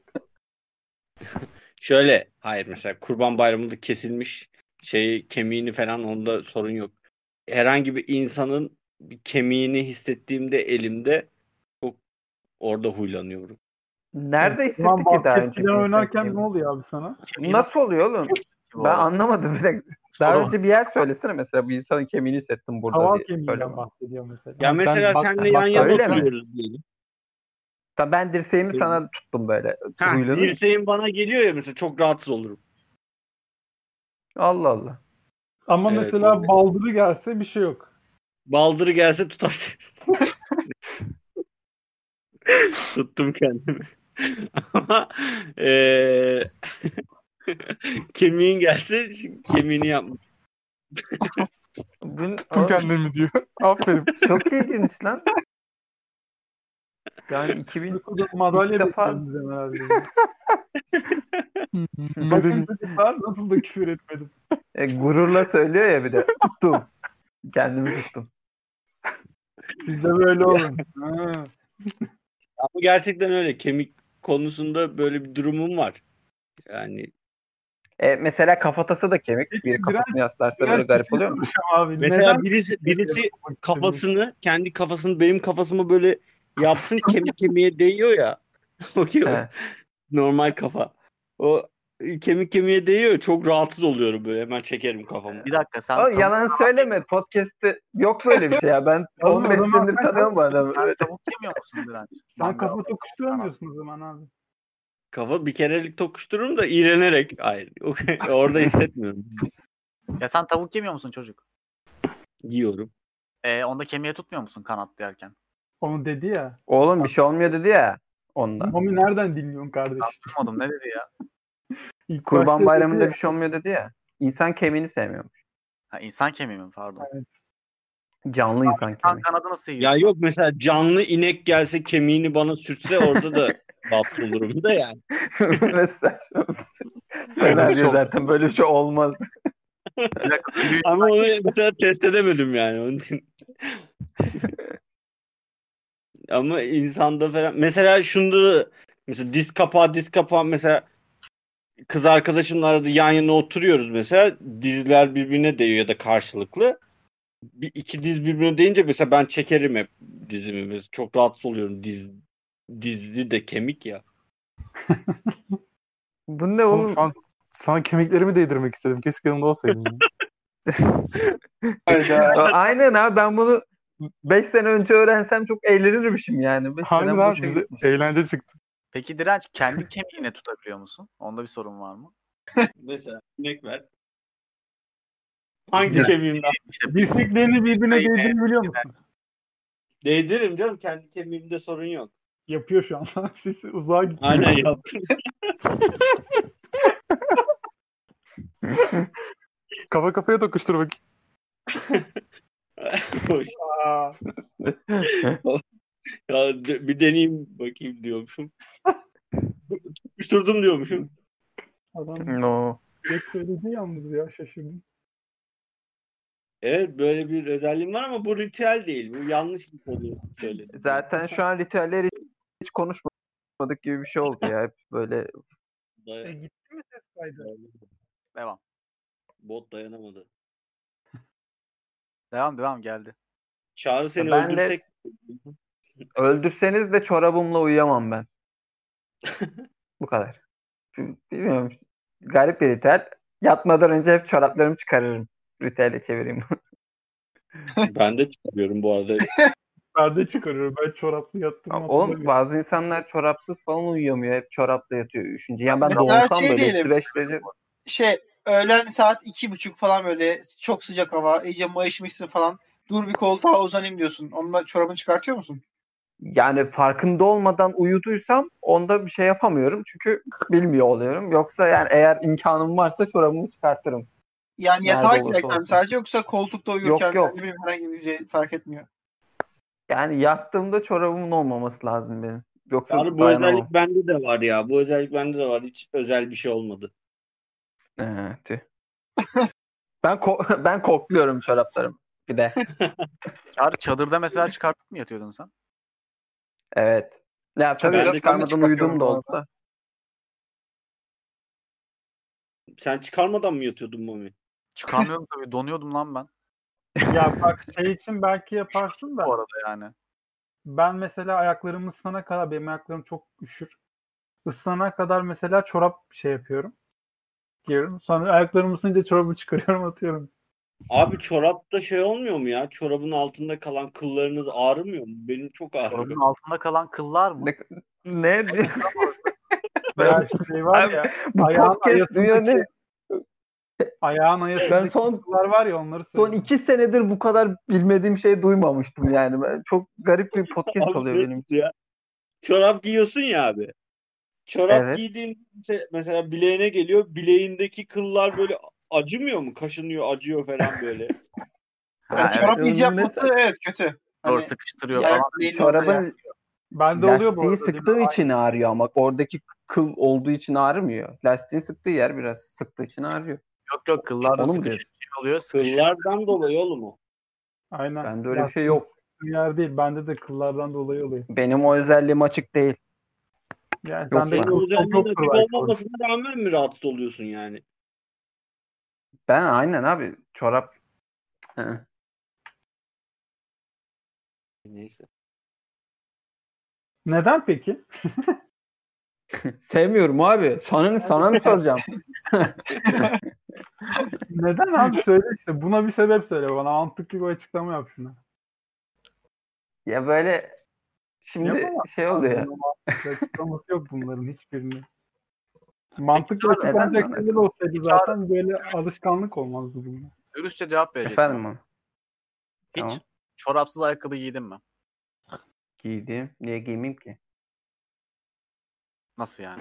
Şöyle, hayır mesela Kurban Bayramı'nda kesilmiş kemiğini falan, onda sorun yok. Herhangi bir insanın bir kemiğini hissettiğimde elimde çok orada huylanıyorum. Nerede Ulan hissettik ki daha basket önce falan bir oynarken insan ne oluyor abi sana? kemiği? Nasıl oluyor oğlum? Bu Ben arada. anlamadım. Bir dakika. Daha Soru. önce bir yer söylesene mesela, bir insanın kemiğini hissettim burada Kaval diye. Söyle kemiğinden bana. bahsediyor mesela. Ya mesela senle yan yana öyle mi? oturuyoruz diyelim. Tabii ben dirseğimi sana tuttum böyle. Huylanır mısın? Dirseğin bana geliyor ya mesela, çok rahatsız olurum. Allah Allah. Ama Evet, mesela böyle. baldırı gelse bir şey yok. Baldırı gelse tutarsın. Tuttum kendimi. Ama kemiğin gelse kemiğini yapmış. Tuttum kendimi diyor. Aferin. Çok ilginç lan. Yani 2000 Burada madalya İlk defa- bekliyor bizden herhalde. Medeni. Bakın çocuklar nasıl da küfür etmedim. gururla söylüyor ya bir de. Tuttum. Kendimi tuttum. Siz de böyle olun. Ha. Ama gerçekten öyle. Kemik konusunda böyle bir durumum var. Yani Mesela kafatası da kemik. Peki, Bir kafasını Direnç- yaslarsa Direnç böyle garip bir şey oluyor mu? soracağım abi. mesela Neden birisi kafasını, kendi kafasını benim kafasıma böyle yapsın, kemiğe değiyor ya. O He. normal kafa. O kemiğe değiyor. Çok rahatsız oluyorum böyle. Hemen çekerim kafamı. Bir dakika sen Oğlum, yalan söyleme. Podcast'te yok böyle bir şey ya. Ben Oğlum, o 15 zaman senedir sen- tanıyorum bu adamı. sen tavuk yemiyor musun Direnç? Sen Mangal. kafa tokuşturamıyorsun o zaman abi. Kafa bir kerelik tokuştururum da iğrenerek. Hayır. Orada hissetmiyorum. Ya sen tavuk yemiyor musun çocuk? Yiyorum. Onda kemiğe tutmuyor musun kanat yerken? Onu dedi ya. Oğlum bir şey olmuyor dedi ya ondan. Mami nereden dinliyorsun kardeş? Tutmadım ne dedi ya? İlk Kurban başta Bayramı'nda dedi bir şey olmuyor dedi ya. İnsan kemiğini sevmiyormuş. Ha, insan kemiği mi pardon? Canlı insan İnsan kemiği. kanadını nasıl Ya yiyorsun? yok, mesela canlı inek gelse kemiğini bana sürtse orada da rahatsız olurum da yani. Ne saçma. Senaryo Çok- zaten böyle bir şey olmaz. Bir dakika, ölüyü- Ama onu mesela test edemedim yani onun için. Ama insanda falan mesela şunda, mesela diz kapağı mesela kız arkadaşımla arada yan yana oturuyoruz, mesela dizler birbirine değiyor ya da karşılıklı. İki diz birbirine değince mesela ben çekerim hep dizimi. Mesela çok rahatsız oluyorum, dizli de kemik ya. Bu ne Oğlum oğlum? şu an sana kemiklerimi değdirmek istedim. Keşke yanımda olsaydın. ya. Hayda. Aynen abi, ben bunu 5 sene önce öğrensem çok eğlenirmişim yani. 5 Harbiden senem abi boşa bize gitmiş. eğlence çıktı. Peki Direnç kendi kemiğini tutabiliyor musun? Onda bir sorun var mı? Mesela inek ver. Hangi Diz- kemiğimden? İşte Dirseklerini birbirine Yine- değdirebiliyor musun? Değdiririm canım, kendi kemiğimde sorun yok. Yapıyor şu an. Sesi uzağa gitti. Aynen yaptım. Kafa kafaya tokuştur bakayım. Hoş. Aa, Ya bir deneyeyim bakayım diyormuşum. Tutuşturdum diyormuşum. adam No. direkt söyledi yalnız ya, şaşırdım. Evet, böyle bir özelliğim var ama bu ritüel değil. Bu yanlış bir konu söyledim. Zaten şu an ritüelleri hiç konuşmadık gibi bir şey oldu ya. Hep böyle Gitti mi ses kaydı? devam. Bot dayanamadı. Devam geldi. Çağrı seni Ben de- öldürsek öldürseniz de çorabımla uyuyamam ben. Bu kadar. Bilmiyorum. Garip bir ritüel. Yatmadan önce hep çoraplarımı çıkarırım. Ritüele çevireyim. ben de çıkarıyorum bu arada. Ben de çıkarıyorum. Ben çoraplı yattığımı Oğlum hatırlamıyorum. bazı insanlar çorapsız falan uyuyamıyor. Hep çorapla yatıyor. Üçüncü. Yani ben Mesela doğursam şey böyle diyelim. eksi 5 derece. Öğlen saat 2.30 falan böyle çok sıcak hava, iyice mayışmışsın falan. Dur bir koltuğa uzanayım diyorsun. Onunla çorabını çıkartıyor musun? Yani farkında olmadan uyuduysam onda bir şey yapamıyorum. Çünkü bilmiyor oluyorum. Yoksa yani eğer imkanım varsa çorabımı çıkartırım. Yani Nerede yatağa olursa girerken olsun. sadece yoksa koltukta uyurken Yok, yok. ne bileyim, herhangi bir şey fark etmiyor. Yani yattığımda çorabımın olmaması lazım benim. Yoksa Yani bu dayanamam. özellik bende de var ya. Bu özellik bende de var. Hiç özel bir şey olmadı. Tüh. Ben kokluyorum çoraplarımı bir de. Çağrı çadırda mesela çıkartıp mı yatıyordun sen? Evet. Ya Ben tabii de çıkarmadan çıkartıyorum uyuduğum da bu oldu arada. da. Sen çıkarmadan mı yatıyordun Mami? Çıkarmıyordum tabii. Donuyordum lan ben. Ya bak şey için belki yaparsın Bu da arada yani. ben mesela ayaklarım ısınana kadar benim ayaklarım çok üşür. Isınana kadar mesela çorap şey yapıyorum. Giyiyorum. Sonra ayaklarım ısınınca çorabı çıkarıyorum atıyorum. Abi çorapta şey olmuyor mu ya? Çorabın altında kalan kıllarınız ağrımıyor mu? Benim çok ağrıyor. Çorabın altında kalan kıllar mı? Ne? Veya şey var Abi, ya bu ayağın podcast duyuyor ayasındaki ne? ayağın Ben ayasındaki son kıllar var ya onları son söylüyorum. 2 senedir bu kadar bilmediğim şey duymamıştım yani. Çok garip bir podcast Abi oluyor benim net için. ya. Çorap giyiyorsun ya abi. Çorap Evet. giydiğin mesela bileğine geliyor. Bileğindeki kıllar böyle acımıyor mu? Kaşınıyor, acıyor falan böyle. Ha, Yani evet. çorap iz Ne- yapması evet kötü. Doğru, Hani sıkıştırıyor ya- falan. belli oluyor ya. Çorabın Bende oluyor bu lastiği arada. sıktığı için ağrıyor ama oradaki kıl olduğu için ağrımıyor. Lastiğin sıktığı yer biraz sıktığı için ağrıyor. Yok yok, kıllarda Onu mu sıkışıyor diyorsun? şey oluyor. Sıkışıyor. Kıllardan dolayı oğlum o. Aynen. Bende öyle bir şey Lastiğin yok. sıktığı yer değil. Bende de kıllardan dolayı oluyor. Benim o özelliğim açık değil. Yani Yok sende ben. Senin kıl çok özelliğin yoktur açık belki. olmamasına rağmen mi rahatsız oluyorsun yani? Ben aynen abi çorap. Hı. Neyse. Neden peki? Sevmiyorum abi. Sana mı soracağım? Neden abi söyle işte. Buna bir sebep söyle bana. Mantıklı bir açıklama yap şuna. Ya böyle şimdi Yapamam. şey oluyor. Buna mantıklı açıklaması yok bunların hiçbirinin. Mantıklı Peki, neden açıklanacak lan şeyler acaba? olsaydı zaten böyle alışkanlık olmazdı bunlar. Dürüstçe cevap vereceksin. Efendim abi. Hiç Tamam. çorapsız ayakkabı giydin mi? Giydim. Niye giymeyeyim ki? Nasıl yani?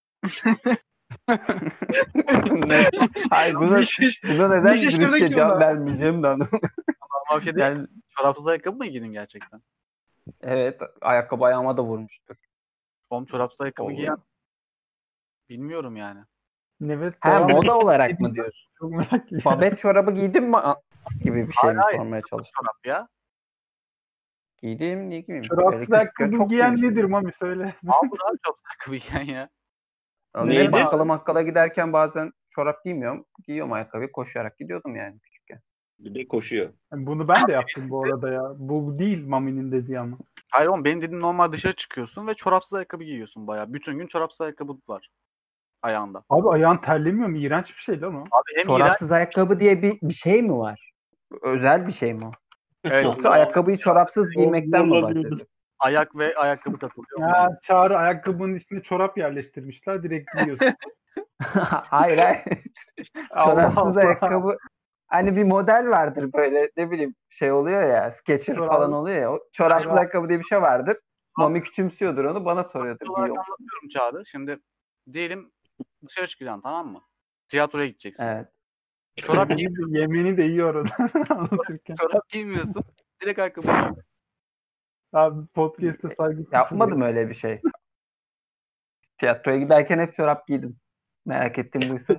Ne? Hayır buna neden ne şaşırdın dürüstçe ki cevap buna? vermeyeceğim de anlamadım. Normal bir şey değil. Yani Çorapsız ayakkabı mı giydin gerçekten? evet ayakkabı ayağıma da vurmuştur. Oğlum çorapsız ayakkabı Oldu. giyen bilmiyorum yani. Evet Ha devam moda et. olarak mı diyorsun? Çok merak ediyorum. Babet çorabı giydin mi gibi bir şey mi Hayır, sormaya çalıştım. Çorap ya. Giydim niye giymeyeyim? Çorapsız Öyle küçükken ayakkabı çok giyen giymiştim. nedir Mami söyle. Aldır abi çorapsız ayakkabı giyen ya. Ne Neydi? bakkala giderken bazen çorap giymiyorum. Giyiyorum ayakkabıyı koşarak gidiyordum yani küçükken. Bir de koşuyor. Yani bunu ben de yaptım bu arada ya. Bu değil Mami'nin dediği ama. Hayır oğlum, benim dediğim normal dışarı çıkıyorsun ve çorapsız ayakkabı giyiyorsun bayağı. Bütün gün çorapsız ayakkabı var ayağında. Abi ayağın terlemiyor mu? İğrenç bir şey lan o. Abi hem iğrenç. Çorapsız ayakkabı diye bir şey mi var? Özel bir şey mi o? Evet, Yoksa ayakkabıyı çorapsız giymekten mi Zorlanıyoruz. bahsediyorsun? ayak ve ayakkabı takılıyor. Ya Çağrı ayakkabının içine çorap yerleştirmişler. Direkt giyiyorsun. Hayır hayır. Allah Çorapsız Allah. ayakkabı. Hani bir model vardır böyle ne bileyim şey oluyor ya Skechers Çorap- falan oluyor ya. O çorapsız Çorap- ayakkabı diye bir şey vardır. Mami küçümsüyordur onu bana soruyordur. olarak Giyiyor musun? anlatıyorum Çağrı. Şimdi diyelim dışarı çıkacaksın, tamam mı? Tiyatroya gideceksin. Evet. Çorap giy- Yemeğini de yiyor orada anlatırken. çorap giymiyorsun. Direkt ayakkabı giyiyorsun. Abi podcast'te saygısızlık. Yapmadım öyle bir şey. Tiyatroya giderken hep çorap giydim. Merak ettiğim buysa.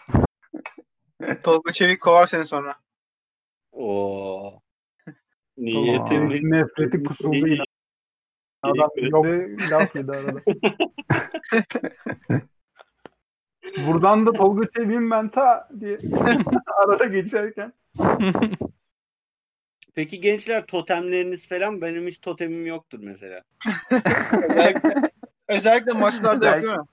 Tolga Çevik kovar seni sonra. Oo. Aa. Niyetim Nefreti kusuldu yine. Adam yok laf yedi arada. Buradan da Tolga Çevik'in ben ta diye arada geçerken. Peki gençler totemleriniz falan benim hiç totemim yoktur mesela. Özellikle maçlarda yok değil mi?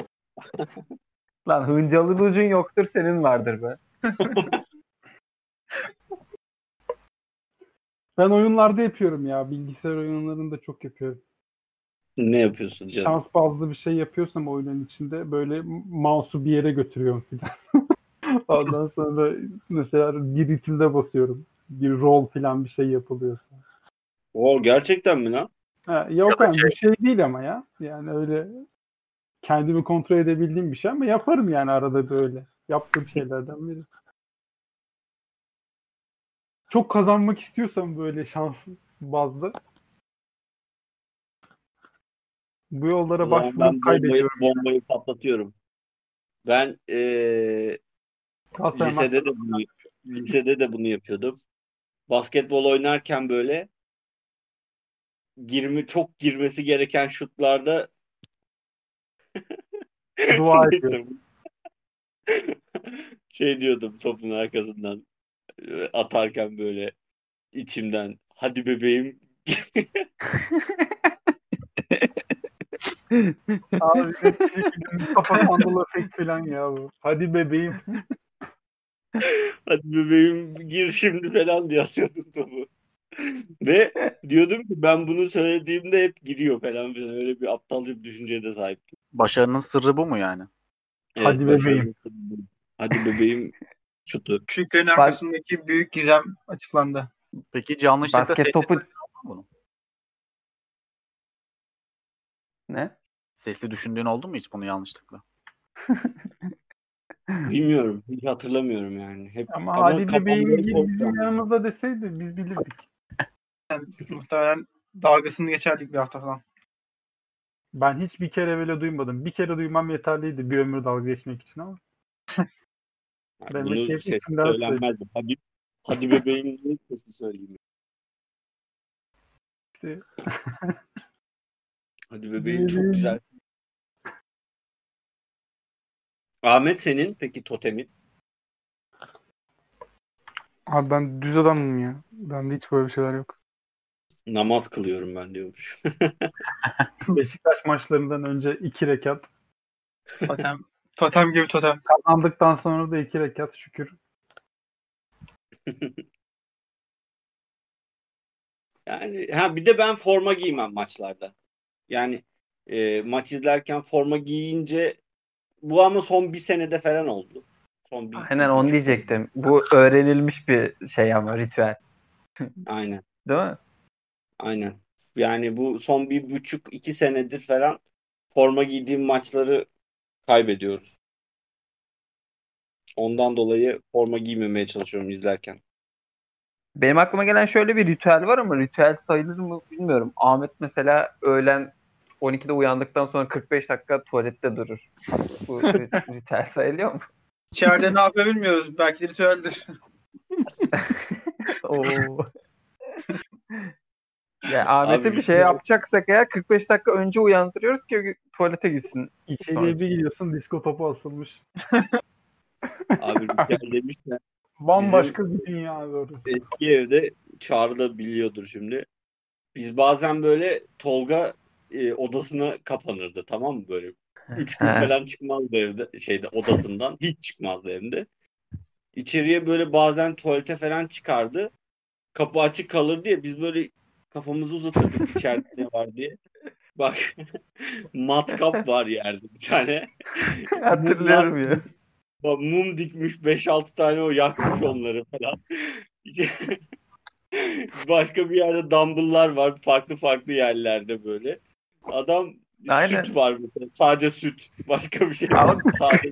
Lan hıncalı ucun yoktur senin vardır be. Ben oyunlarda yapıyorum ya. Bilgisayar oyunlarında çok yapıyorum. Ne yapıyorsun canım? Şans bazlı bir şey yapıyorsam oyunun içinde böyle mouse'u bir yere götürüyorum filan. Ondan sonra mesela bir ritimde basıyorum. Bir roll filan bir şey yapılıyorsa. O gerçekten mi lan? Ha, yok yani bu şey değil ama ya. Yani öyle kendimi kontrol edebildiğim bir şey ama yaparım yani arada böyle. Yaptığım şeylerden biri. Çok kazanmak istiyorsam böyle şans bazlı bu O yollara zaman başvurup ben kaybediyorum. bombayı patlatıyorum. Ben Galatasaray lisede de bunu yapıyordum. Basketbol oynarken böyle çok girmesi gereken şutlarda dua ediyorum. neyse, şey diyordum topun arkasından atarken böyle içimden hadi bebeğim. Abi net bir şekilde Mustafa Sandal efekt falan ya bu. Hadi bebeğim. Hadi bebeğim gir şimdi falan diye atıyordum topu. Ve diyordum ki ben bunu söylediğimde hep giriyor falan filan. Öyle bir aptalca bir düşünceye de sahiptim. Başarının sırrı bu mu yani? Evet, Hadi bebeğim. Hadi bebeğim şutu. Küçüklerin arkasındaki büyük gizem açıklandı. Peki yanlışlıkla Basket topu bunu. ne? Sesli düşündüğün oldu mu hiç bunu yanlışlıkla? Bilmiyorum. Hiç hatırlamıyorum yani. Ama hadi kafamda bebeğim hep gir o bizim canlı. yanımızda deseydi biz bilirdik. Yani muhtemelen dalgasını geçerdik bir hafta falan. Ben hiç bir kere bile duymadım. Bir kere duymam yeterliydi bir ömür dalga geçmek için ama. Yani Demek ki bunu hep ses içinden söylüyor. söylenmezdi. Hadi bebeğim diye sesi söyleyeyim. İşte. Hadi bebeğim çok güzel. Ahmet senin peki totemin? Abi ben düz adamım ya. Bende hiç böyle şeyler yok. Namaz kılıyorum ben diyormuş. Beşiktaş maçlarından önce 2 rekat. Totem. Totem gibi totem. Kazandıktan sonra da 2 rekat şükür. Yani bir de ben forma giymem maçlarda. Yani maç izlerken forma giyince bu ama son bir senede falan oldu. Son Aynen onu buçuk sene. diyecektim. Bu öğrenilmiş bir şey ama ritüel. Aynen. Değil mi? Aynen. Yani bu son 1,5-2 senedir falan forma giydiğim maçları kaybediyoruz. Ondan dolayı forma giymemeye çalışıyorum izlerken. Benim aklıma gelen şöyle bir ritüel var ama ritüel sayılır mı bilmiyorum. Ahmet mesela öğlen 12'de uyandıktan sonra 45 dakika tuvalette durur. Bu ritüel sayılıyor mu? İçeride ne yapıyor bilmiyoruz. Belki de ritüeldir. Oo. Ya Ahmet'i Abi, bir şey yapacaksak eğer 45 dakika önce uyandırıyoruz ki tuvalete gitsin. İçeriye bir gidiyorsun disko topu asılmış. Abi ritüel demişken Bambaşka bir dünya abi orası. eski evde Çağrı da biliyordur şimdi. Biz bazen böyle Tolga odasına kapanırdı, tamam mı böyle? 3 gün falan çıkmazdı odasından. Hiç çıkmazdı evde. İçeriye böyle bazen tuvalete falan çıkardı. Kapı açık kalır diye biz böyle kafamızı uzatırdık içeride ne var diye. Bak matkap var yerde bir tane. Hatırlıyorum ya. Mum dikmiş 5-6 tane, o yakmış onları falan. Başka bir yerde dumbbell'lar var farklı farklı yerlerde böyle. Adam Aynen. süt var mesela. Sadece süt. Başka bir şey Ama- yok. Sadece.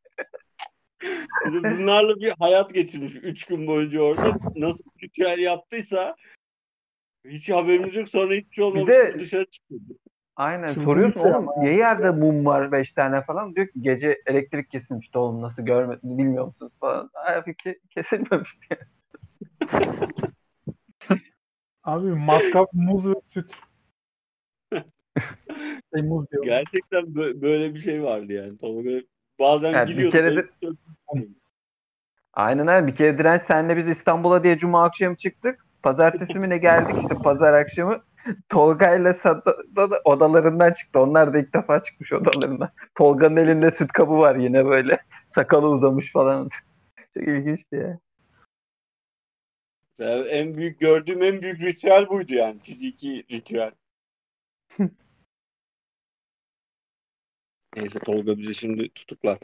Bunlarla bir hayat geçirmiş 3 gün boyunca orada. Nasıl bir ritüel yaptıysa hiç haberimiz yok. Sonra hiçbir şey olmamış de- gibi dışarı çıkıyor. Aynen Çılgın soruyorsun bir şey oğlum niye yerde mum var 5 tane falan, diyor ki gece elektrik kesilmişti oğlum, nasıl görmedin bilmiyor musunuz falan. Halbuki kesilmemişti. Abi matkap, muz ve süt. Muz diyor. Gerçekten böyle bir şey vardı yani. Tolga bazen Yani bir gidiyordu. kere de aynen öyle. Bir kere Direnç senle biz İstanbul'a diye cuma akşamı çıktık. Pazartesi mi ne geldik işte pazar akşamı. Tolga ile Sada da odalarından çıktı. Onlar da ilk defa çıkmış odalarından. Tolga'nın elinde süt kabı var yine böyle. Sakalı uzamış falan. Çok ilginçti ya. En büyük gördüğüm en büyük ritüel buydu yani. Fiziki ritüel. Neyse Tolga bizi şimdi tutuklar.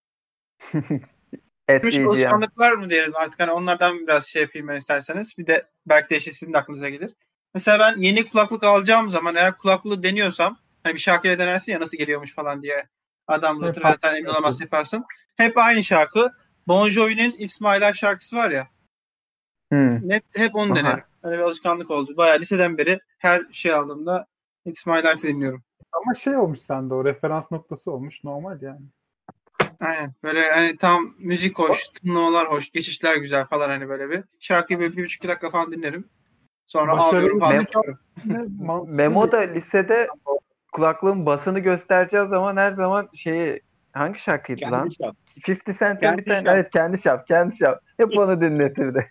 Et Geçmiş yiyeceğim. alışkanlıklar mı diyelim artık, hani onlardan biraz şey yapayım ben isterseniz. Bir de belki de sizin de aklınıza gelir. Mesela ben yeni kulaklık alacağım zaman eğer kulaklığı deniyorsam, hani bir şarkıyla denersin ya nasıl geliyormuş falan diye. Adam da Hep oturur zaten emin olamaz yaparsın. Hep aynı şarkı. Bon Jovi'nin It's My Life şarkısı var ya. Net hep onu Aha. denerim. Hani bir alışkanlık oldu. Bayağı liseden beri her şey aldığımda It's My Life dinliyorum. Ama şey olmuş sende, o referans noktası olmuş, normal yani. Aynen. Böyle hani tam müzik hoş, tınlamalar hoş, geçişler güzel falan, hani böyle bir. Şarkıyı böyle 1,5-2 dakika falan dinlerim. Sonra Başarılı ağlıyorum falan. Mem- geçiyorum. Memo da lisede kulaklığın basını göstereceği zaman her zaman hangi şarkıydı lan? Kendi şap. 50 Cent'in Kendi bir tane şap. evet kendi şap. Hep onu dinletirdi.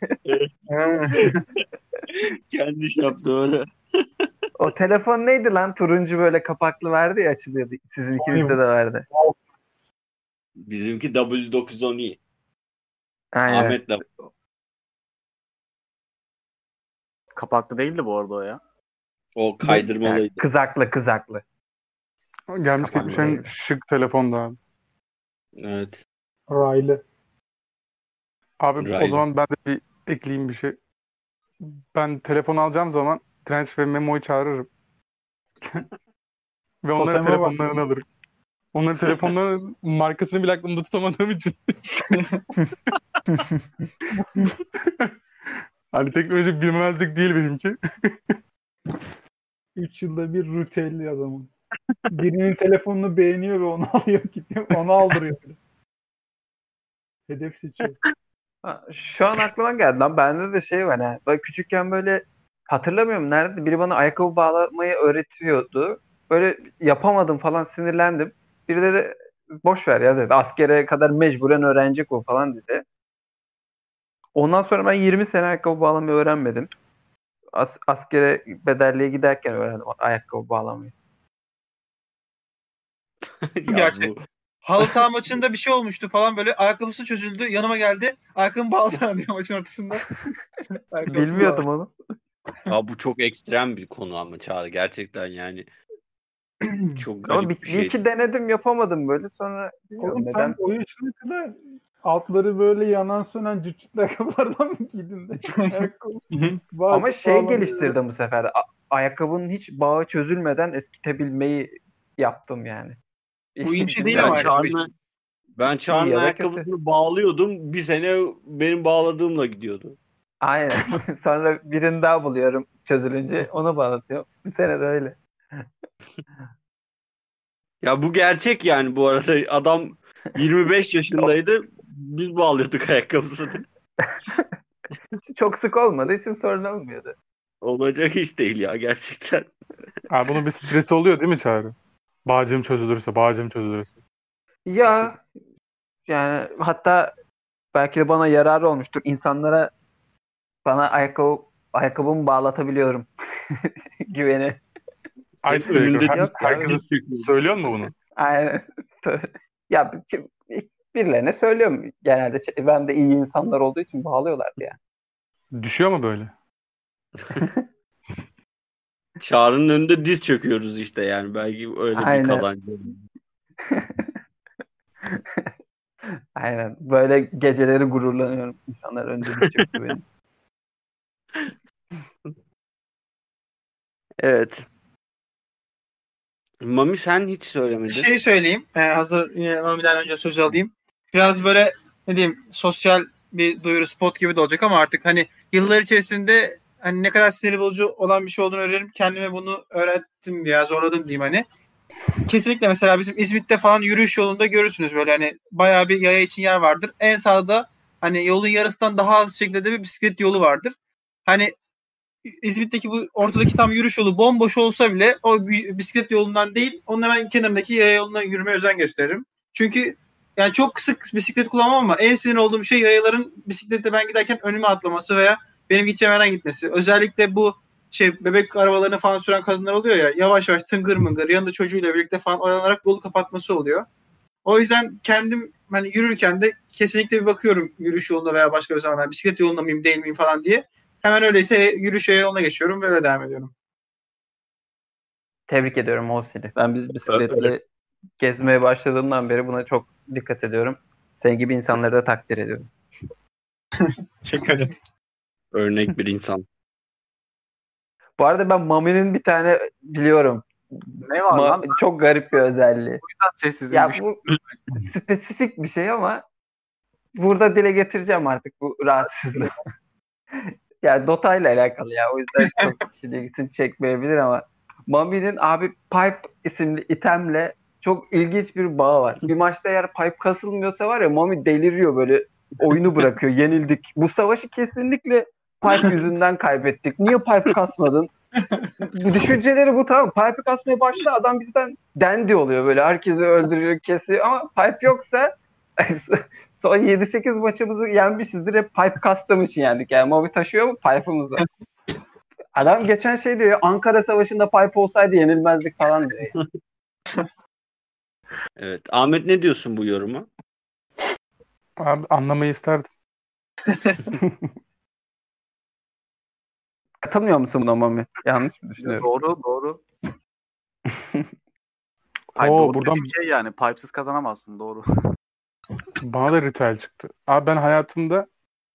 Kendi şap doğru. O telefon neydi lan? Turuncu böyle kapaklı vardı ya, açılıyordu. Sizin ikinizde de vardı. Bizimki W910i. Aynen. Ahmet'le. Kapaklı değildi bu arada o ya. O kaydırmalıydı. Yani kızaklı. Gelmiş geçmiş en Kapanmalıydı. şık telefon da abi. Evet. Raylı. Abi o Rise. zaman ben de bir ekleyeyim bir şey. Ben telefon alacağım zaman Trench ve Memo'yu çağırırım. Ve onların Toteme bak. telefonlarını alırım. Onların telefonlarının markasını bile aklımda tutamadığım için. Hani teknoloji bilmemezlik değil benimki. 3 yılda bir rüteli adamın. Birinin telefonunu beğeniyor ve onu alıyor, gidiyor. Onu aldırıyor. Hedef seçiyor. Şu an aklıma geldi lan. Bende de şey var ha. Böyle küçükken böyle hatırlamıyorum nerede biri bana ayakkabı bağlamayı öğretiyordu. Böyle yapamadım falan, sinirlendim. Biri de boş ver ya dedi. Askere kadar mecburen öğrenecek o falan dedi. Ondan sonra ben 20 sene ayakkabı bağlamayı öğrenmedim. Askere bedelliğe giderken öğrendim ayakkabı bağlamayı. Ya Gerçek. bu Halı saha maçında bir şey olmuştu falan, böyle ayakkabısı çözüldü. Yanıma geldi. Ayakkabımı bağlasana diyor maçın ortasında. Ayakkabısını Bilmiyordum onu. ya bu çok ekstrem bir konu ama Çağrı gerçekten yani çok Ama garip bir bir şey. iki denedim, yapamadım böyle. Sonra bilmiyorum Oğlum neden. sen o yaşına kadar altları böyle yanan sönen cırtçıtlı ayakkabılardan mı giydin de? Ayakkabı. Ama şey bağlamayı geliştirdim bu sefer. Ayakkabının hiç bağı çözülmeden eskitebilmeyi yaptım yani. Bu iyi bir şey değil Bilmiyorum. ama Ben ayakkabı Çağrı'nın ben İyi Çağrı'nın ya da ayakkabısını bağlıyordum. Bir sene benim bağladığımla gidiyordu. Aynen. Sonra birini daha buluyorum çözülünce, onu bağlatıyorum. Bir sene de öyle. Ya bu gerçek yani bu arada. Adam 25 yaşındaydı. Biz bağlıyorduk ayakkabısını. Çok sık olmadığı için sorun olmuyordu. Olacak iş değil ya gerçekten. Abi bunun bir stresi oluyor değil mi Çağrı? Bağcığım çözülürse. Ya yani hatta belki de bana yararı olmuştur. İnsanlara bana ayakkabımı bağlatabiliyorum güveni. Ay, önünde Yok ya. herkese söylüyor mu bunu? Aynen. Ya birilerine söylüyorum genelde. Ben de iyi insanlar olduğu için bağlıyorlardı ya. Düşüyor mu böyle? Çağrı'nın önünde diz çöküyoruz işte yani. Belki öyle bir Aynen. kazancı. Aynen. Böyle geceleri gururlanıyorum. İnsanlar önünde diz çöktü benim. Evet. Mami sen hiç söylemedin. Şey söyleyeyim. Hazır yine Mami'den önce söz alayım. Biraz böyle ne diyeyim, sosyal bir duyuru spot gibi de olacak ama artık hani yıllar içerisinde hani ne kadar sinir bozucu olan bir şey olduğunu öğrenip kendime bunu öğrettim ya, zorladım diyeyim hani. Kesinlikle mesela bizim İzmit'te falan yürüyüş yolunda görürsünüz böyle hani bayağı bir yaya için yer vardır. En sağda hani yolun yarısından daha az şekilde de bir bisiklet yolu vardır. Hani İzmit'teki bu ortadaki tam yürüyüş yolu bomboş olsa bile o bisiklet yolundan değil, onun hemen kenarındaki yaya yoluna yürümeye özen gösteririm. Çünkü yani çok sık bisiklet kullanmam ama en sinir olduğum şey yayaların bisiklette ben giderken önüme atlaması veya benim gideceğim yerden gitmesi. Özellikle bu bebek arabalarını falan süren kadınlar oluyor ya, yavaş yavaş tıngır mıngır yanında çocuğuyla birlikte falan oyalanarak yolu kapatması oluyor. O yüzden kendim hani yürürken de kesinlikle bir bakıyorum yürüyüş yolunda veya başka bir zamanlar bisiklet yolunda mıyım değil miyim falan diye. Hemen öyleyse yürüyüşe yoluna geçiyorum ve öyle devam ediyorum. Tebrik ediyorum Oğuzhan'ı. Ben bisikletle gezmeye başladığımdan beri buna çok dikkat ediyorum. Senin gibi insanları da takdir ediyorum. Teşekkür ederim. Örnek bir insan. Bu arada ben Mami'nin bir tane biliyorum. Ne var lan? Çok garip bir özelliği. Sessizim Ya düşün. bu spesifik bir şey ama burada dile getireceğim artık bu rahatsızlığı. Yani Dota ile alakalı ya. O yüzden çok kişinin ilgisini çekmeyebilir ama Mami'nin abi Pipe isimli itemle çok ilginç bir bağı var. Bir maçta eğer Pipe kasılmıyorsa var ya Mami deliriyor böyle. Oyunu bırakıyor. Yenildik. Bu savaşı kesinlikle Pipe yüzünden kaybettik. Niye Pipe kasmadın? Bu düşünceleri bu, tamam. Pipe'ı kasmaya başladı. Adam birden Dandy oluyor böyle. Herkesi öldürüyor, kesiyor ama Pipe yoksa son 7-8 maçımızı yenmişizdir. Hep Pipe kastığım için yendik. Yani Mobi taşıyor mu Pipe'ımız var. Adam geçen şey diyor. Ankara Savaşı'nda Pipe olsaydı yenilmezdik falan diyor. Evet. Ahmet ne diyorsun bu yoruma? Abi anlamayı isterdim. Katılmıyor musun buna Mami? Yanlış mı düşünüyorum? Doğru. Hayır, Oo, doğru buradan dediğim şey yani. Pipesiz kazanamazsın. Doğru. bana da ritüel çıktı. Abi ben hayatımda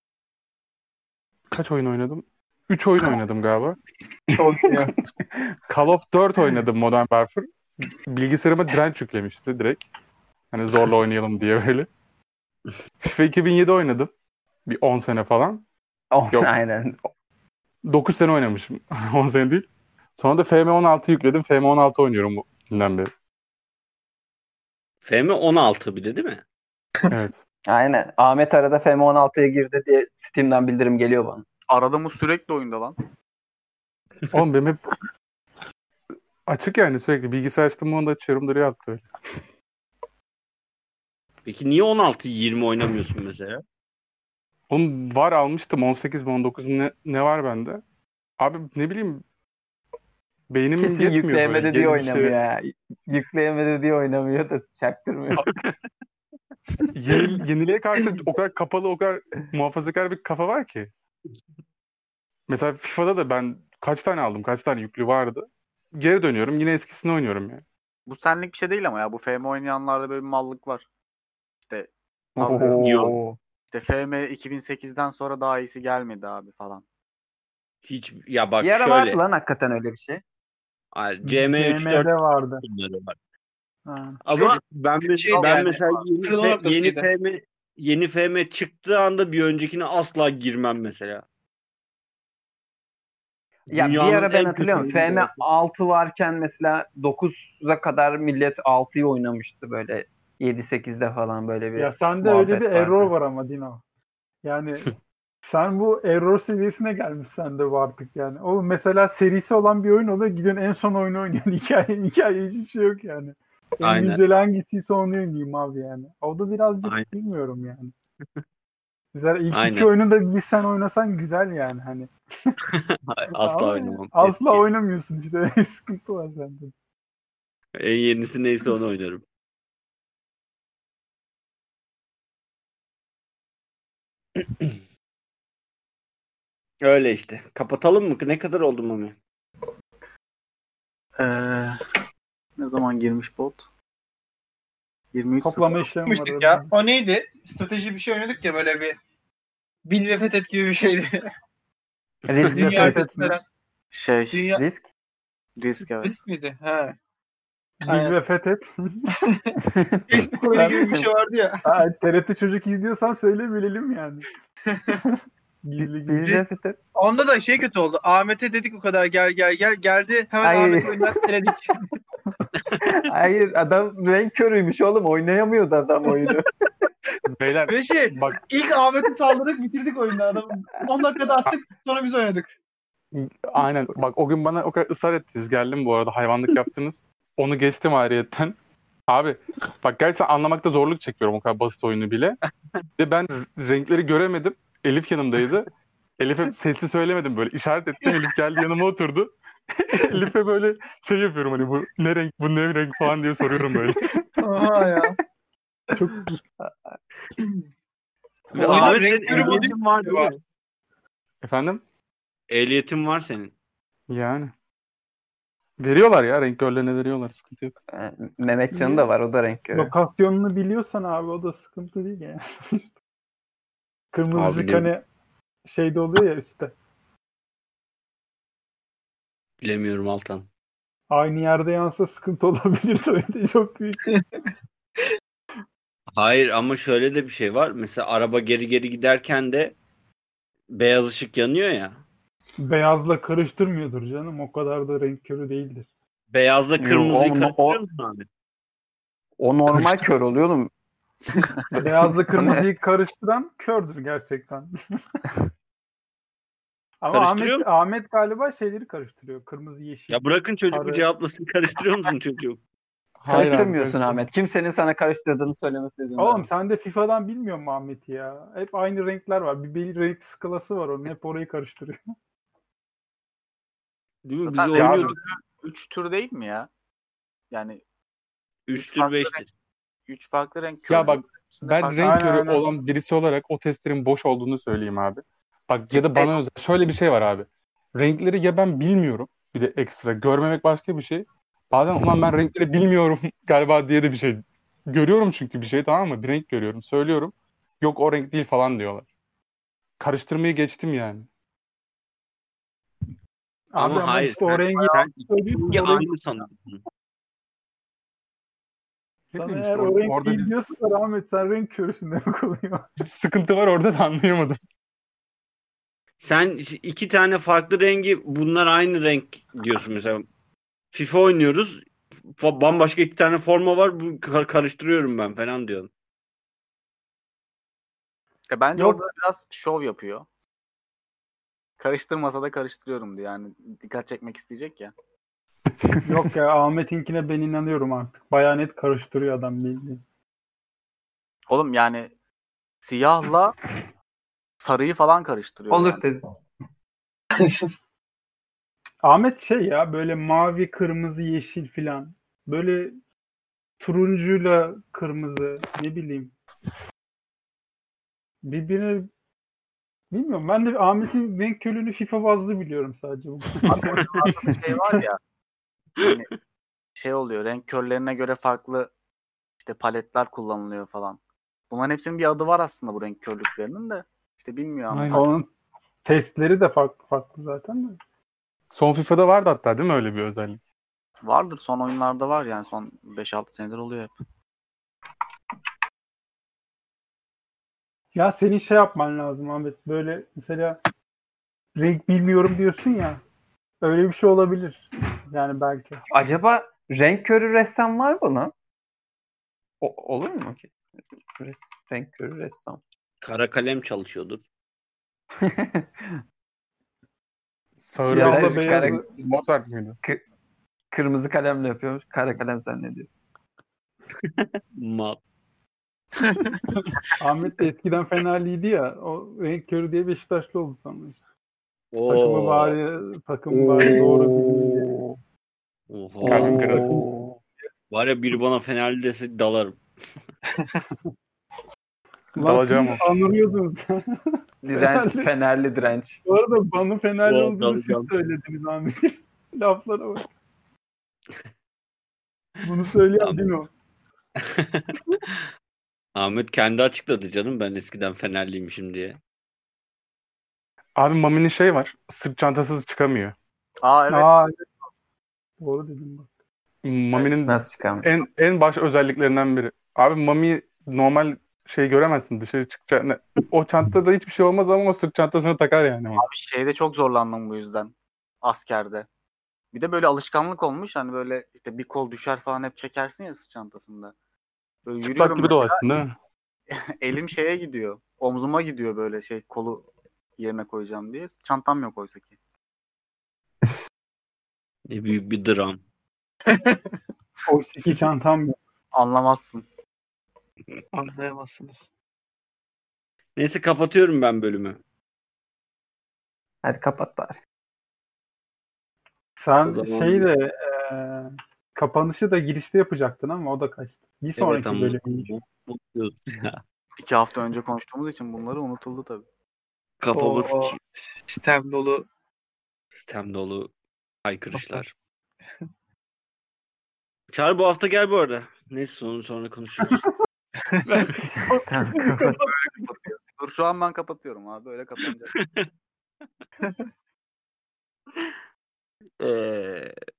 kaç oyun oynadım? 3 oyun oynadım galiba. Çok iyi. Call of 4 oynadım Modern Warfare. Bilgisayarıma direnç yüklemişti direkt. Hani zorla oynayalım diye böyle. FIFA 2007 oynadım. Bir 10 sene falan. Yok. Aynen. 9 sene oynamışım. 10 sene değil. Sonra da FM16 yükledim. FM16 oynuyorum bu günden beri. FM 16 bir de değil mi? Evet. Aynen. Ahmet arada FM16'ya girdi diye Steam'den bildirim geliyor bana. Aradığımız sürekli oyunda lan. Oğlum benim hep açık yani sürekli. Bilgisayar açtım onu da açıyorum duruyor altta öyle. Peki niye 16-20 oynamıyorsun mesela? Oğlum var almıştım 18 mi 19 mu ne var bende. Abi ne bileyim beynim Kesin yetmiyor yükleyemedi böyle. diye Yeni bir şey- oynamıyor ya. Yükleyemedi diye oynamıyor da çaktırmıyor. Yeniliğe karşı o kadar kapalı, o kadar muhafazakar bir kafa var ki. Mesela FIFA'da da ben kaç tane aldım, kaç tane yüklü vardı. Geri dönüyorum, yine eskisini oynuyorum yani. Bu senlik bir şey değil ama ya. Bu FM oynayanlarda böyle bir mallık var. İşte Oo. İşte FM 2008'den sonra daha iyisi gelmedi abi falan. Hiç ya bak Bir ara şöyle. vardı lan hakikaten öyle bir şey. CM3-4 CM'de vardı. bunları var. Ha. Ama ben Şeydi yani, mesela kırılma noktasıydı. yeni FM çıktığı anda bir öncekine asla girmem mesela. Ya bir Dünyanın ara ben en hatırlıyorum. kötü oyunu FM 6 varken mesela 9'a kadar millet 6'yı oynamıştı böyle 7-8'de falan böyle bir Ya sende öyle muhabbet bir error vardı. var ama Dino. Yani sen bu error seviyesine gelmiş sende bu artık yani. O mesela serisi olan bir oyun oluyor. Gidiyorsun en son oyunu oynuyorsun. Hikaye hiçbir şey yok yani. En Aynen. güncel hangisiyse onu oynayayım abi yani. O da birazcık Aynen. bilmiyorum yani. Mesela ilk Aynen. iki oyunu da bir sen oynasan güzel yani hani. asla Ama oynamam. Asla Eski. oynamıyorsun işte. Öyle bir sıkıntı var sende. En yenisi neyse onu oynarım. Öyle işte. Kapatalım mı? Ne kadar oldu Mami? Ne zaman girmiş bot? 23 Toplama işlemi var. Yapmıştık ya. O neydi? Strateji bir şey oynadık ya böyle bir Bil ve Fethet gibi bir şeydi. Risk, Dünya risk, haritası veren. şey Dünya risk. risk evet. risk miydi? He. Bil ve Fethet. Facebook oyunu gibi bir şey vardı ya. Ha, TRT Çocuk izliyorsan söyle bilelim yani. Gizli gizli. Bilgi Onda da şey kötü oldu. Ahmet'e dedik o kadar gel. Geldi. Hemen Ay. Ahmet'i oyundan eledik. Hayır adam renk körüymüş oğlum. Oynayamıyordu adam oyunu. Beyler Ve şey bak ilk Ahmet'i saldırdık bitirdik oyunu adamı. 10 dakikada attık sonra biz oynadık. aynen bak o gün bana o kadar ısrar ettiniz geldim bu arada hayvanlık yaptınız. Onu geçtim ayrıyetten. Abi bak gerçekten anlamakta zorluk çekiyorum o kadar basit oyunu bile. Ve ben renkleri göremedim. Elif yanımdaydı. Elif'e sesli söylemedim böyle. İşaret ettim. Elif geldi yanıma oturdu. Elif'e böyle şey yapıyorum hani bu ne renk bu ne renk falan diye soruyorum böyle. Aha ya. Çok Ve Oyunun Ahmet renk senin körü modu ehliyetin var değil mi? Efendim? Ehliyetin var senin. Yani. Veriyorlar ya. Renk körlerine veriyorlar. Sıkıntı yok. Mehmetcan'ın da var. O da renk körü. Lokasyonunu biliyorsan abi o da sıkıntı değil yani. Kırmızıcık Abi hani şeyde oluyor ya üstte. Bilemiyorum Altan. Aynı yerde yansa sıkıntı olabilir tabii de çok büyük. Hayır ama şöyle de bir şey var. Mesela araba geri geri giderken de beyaz ışık yanıyor ya. Beyazla karıştırmıyordur canım. O kadar da renk körü değildir. Beyazla kırmızıyı o- karıştırıyor musun abi? O normal Karıştı. kör oluyor oğlum. Beyazla kırmızıyı karıştıran kördür gerçekten. Ama Karıştırıyor Ahmet galiba şeyleri karıştırıyor. Kırmızı, yeşil, Ya bırakın çocuk bir sarı. cevaplasın. Karıştırıyor musun çocuğu? Hayır abi, Karıştırmıyorsun karıştırma. Ahmet. Kimsenin sana karıştırdığını söylemesi lazım. Oğlum sen de FIFA'dan bilmiyor musun Ahmet'i ya? Hep aynı renkler var. Bir renk skalası var onun. Hep orayı karıştırıyor. Değil mi? Biz Zaten oynuyorduk. 3 tür değil mi ya? Yani 3'tür farklı 5'tir. 3 farklı renk Ya bak, körlüğü. Hepsinde ben farklı- renk Aynen, körü aynen. olan birisi olarak o testlerin boş olduğunu söyleyeyim abi. Bak ya da bana özel. Şöyle bir şey var abi. Renkleri ya ben bilmiyorum. Bir de ekstra. Görmemek başka bir şey. Bazen ulan ben renkleri bilmiyorum galiba diye de bir şey. Görüyorum çünkü bir şey, tamam mı? Bir renk görüyorum. Söylüyorum. Yok o renk değil falan diyorlar. Karıştırmayı geçtim yani. Abi ama hayır. işte o rengi Sen söyleyeyim, iki o renk- aynı sanıyorsun. Ne sana bileyim eğer işte o renk orada değil bir diyorsa Ahmet sen renk körüsün demek oluyor. sıkıntı var orada da anlayamadım. Sen iki tane farklı rengi bunlar aynı renk diyorsun mesela. FIFA oynuyoruz. Bambaşka iki tane forma var. Bu karıştırıyorum ben falan diyorsun. Bence Yok. orada biraz şov yapıyor. Karıştırmasa da karıştırıyorum diye. Yani dikkat çekmek isteyecek ya. Yok ya Ahmet'inkine ben inanıyorum artık. Bayağı net karıştırıyor adam bildiğin. Oğlum yani siyahla sarıyı falan karıştırıyor Olur yani. dedi. Ahmet şey ya böyle mavi, kırmızı, yeşil filan. Böyle turuncuyla kırmızı ne bileyim. Birbirine bilmiyorum. Ben de Ahmet'in renk körünü FIFA bazlı biliyorum sadece. Bir şey var ya. Hani şey oluyor. Renk körlerine göre farklı işte paletler kullanılıyor falan. Bunların hepsinin bir adı var aslında bu renk körlüklerinin de. İşte bilmiyor ama. Aynen. Onun testleri de farklı farklı zaten de. Son FIFA'da vardı hatta değil mi öyle bir özellik? Vardır, son oyunlarda var yani, son 5-6 senedir oluyor hep. Ya senin şey yapman lazım Ahmet. Böyle mesela renk bilmiyorum diyorsun ya. Öyle bir şey olabilir. Yani belki. Acaba renk körü ressam var mı lan? Olur mu ki? Renk körü ressam. Kara kalem çalışıyordur. Sağır Siyahla besteci beyazı. Mozart mıydı? Kırmızı kalemle yapıyormuş. Kara kalem zannediyor. Mat. Ahmet de eskiden Fenerliydi ya. O renk körü diye Beşiktaşlı oldu sonra işte. Takımı bari doğru bilmiyor. Oha. Kalbim kırıldı. Var ya biri bana Fenerli dese dalarım. Dalacağım Siz olsun. anırıyordunuz. Direnç, Fenerli. Fenerli direnç. Bu arada bana Fenerli Doğru, olduğunu siz dalacağım. söylediniz Ahmet'in. Laflara bak. Bunu söyleyen değil mi o? Ahmet kendi açıkladı canım ben eskiden Fenerliymişim diye. Abi Mami'nin şey var. Sırt çantasız çıkamıyor. Evet. Evet. Doğru dedim bak. Mami'nin Nasıl çıkamıyor? en baş özelliklerinden biri. Abi Mami normal şey göremezsin dışarı çıkacak. O çantada hiçbir şey olmaz ama o sırt çantasını takar yani. Abi şeyde çok zorlandım bu yüzden. Askerde. Bir de böyle alışkanlık olmuş. Hani böyle işte bir kol düşer falan hep çekersin ya sırt çantasında. Böyle Çıplak yürüyorum gibi mesela, dolaşsın değil mi? elim şeye gidiyor. Omzuma gidiyor böyle şey, kolu yerine koyacağım diye. Çantam yok oysa ki. Ne büyük bir dram. O iki çantam yok. Anlamazsın. Anlayamazsınız. Neyse kapatıyorum ben bölümü. Hadi kapat bari. Sen O zaman- şeyi de kapanışı da girişte yapacaktın ama o da kaçtı. Bir sonraki ama bölüm. mutluyuz ya. 2 hafta önce konuştuğumuz için bunları unutuldu tabii. Kafamı O sıçayım. sistem dolu Sistem dolu haykırışlar. Çağrı bu hafta gel bu arada. Neyse sonra konuşuruz. Tamam, kapat. Dur şu an ben kapatıyorum abi. Öyle kapanacak. Ee,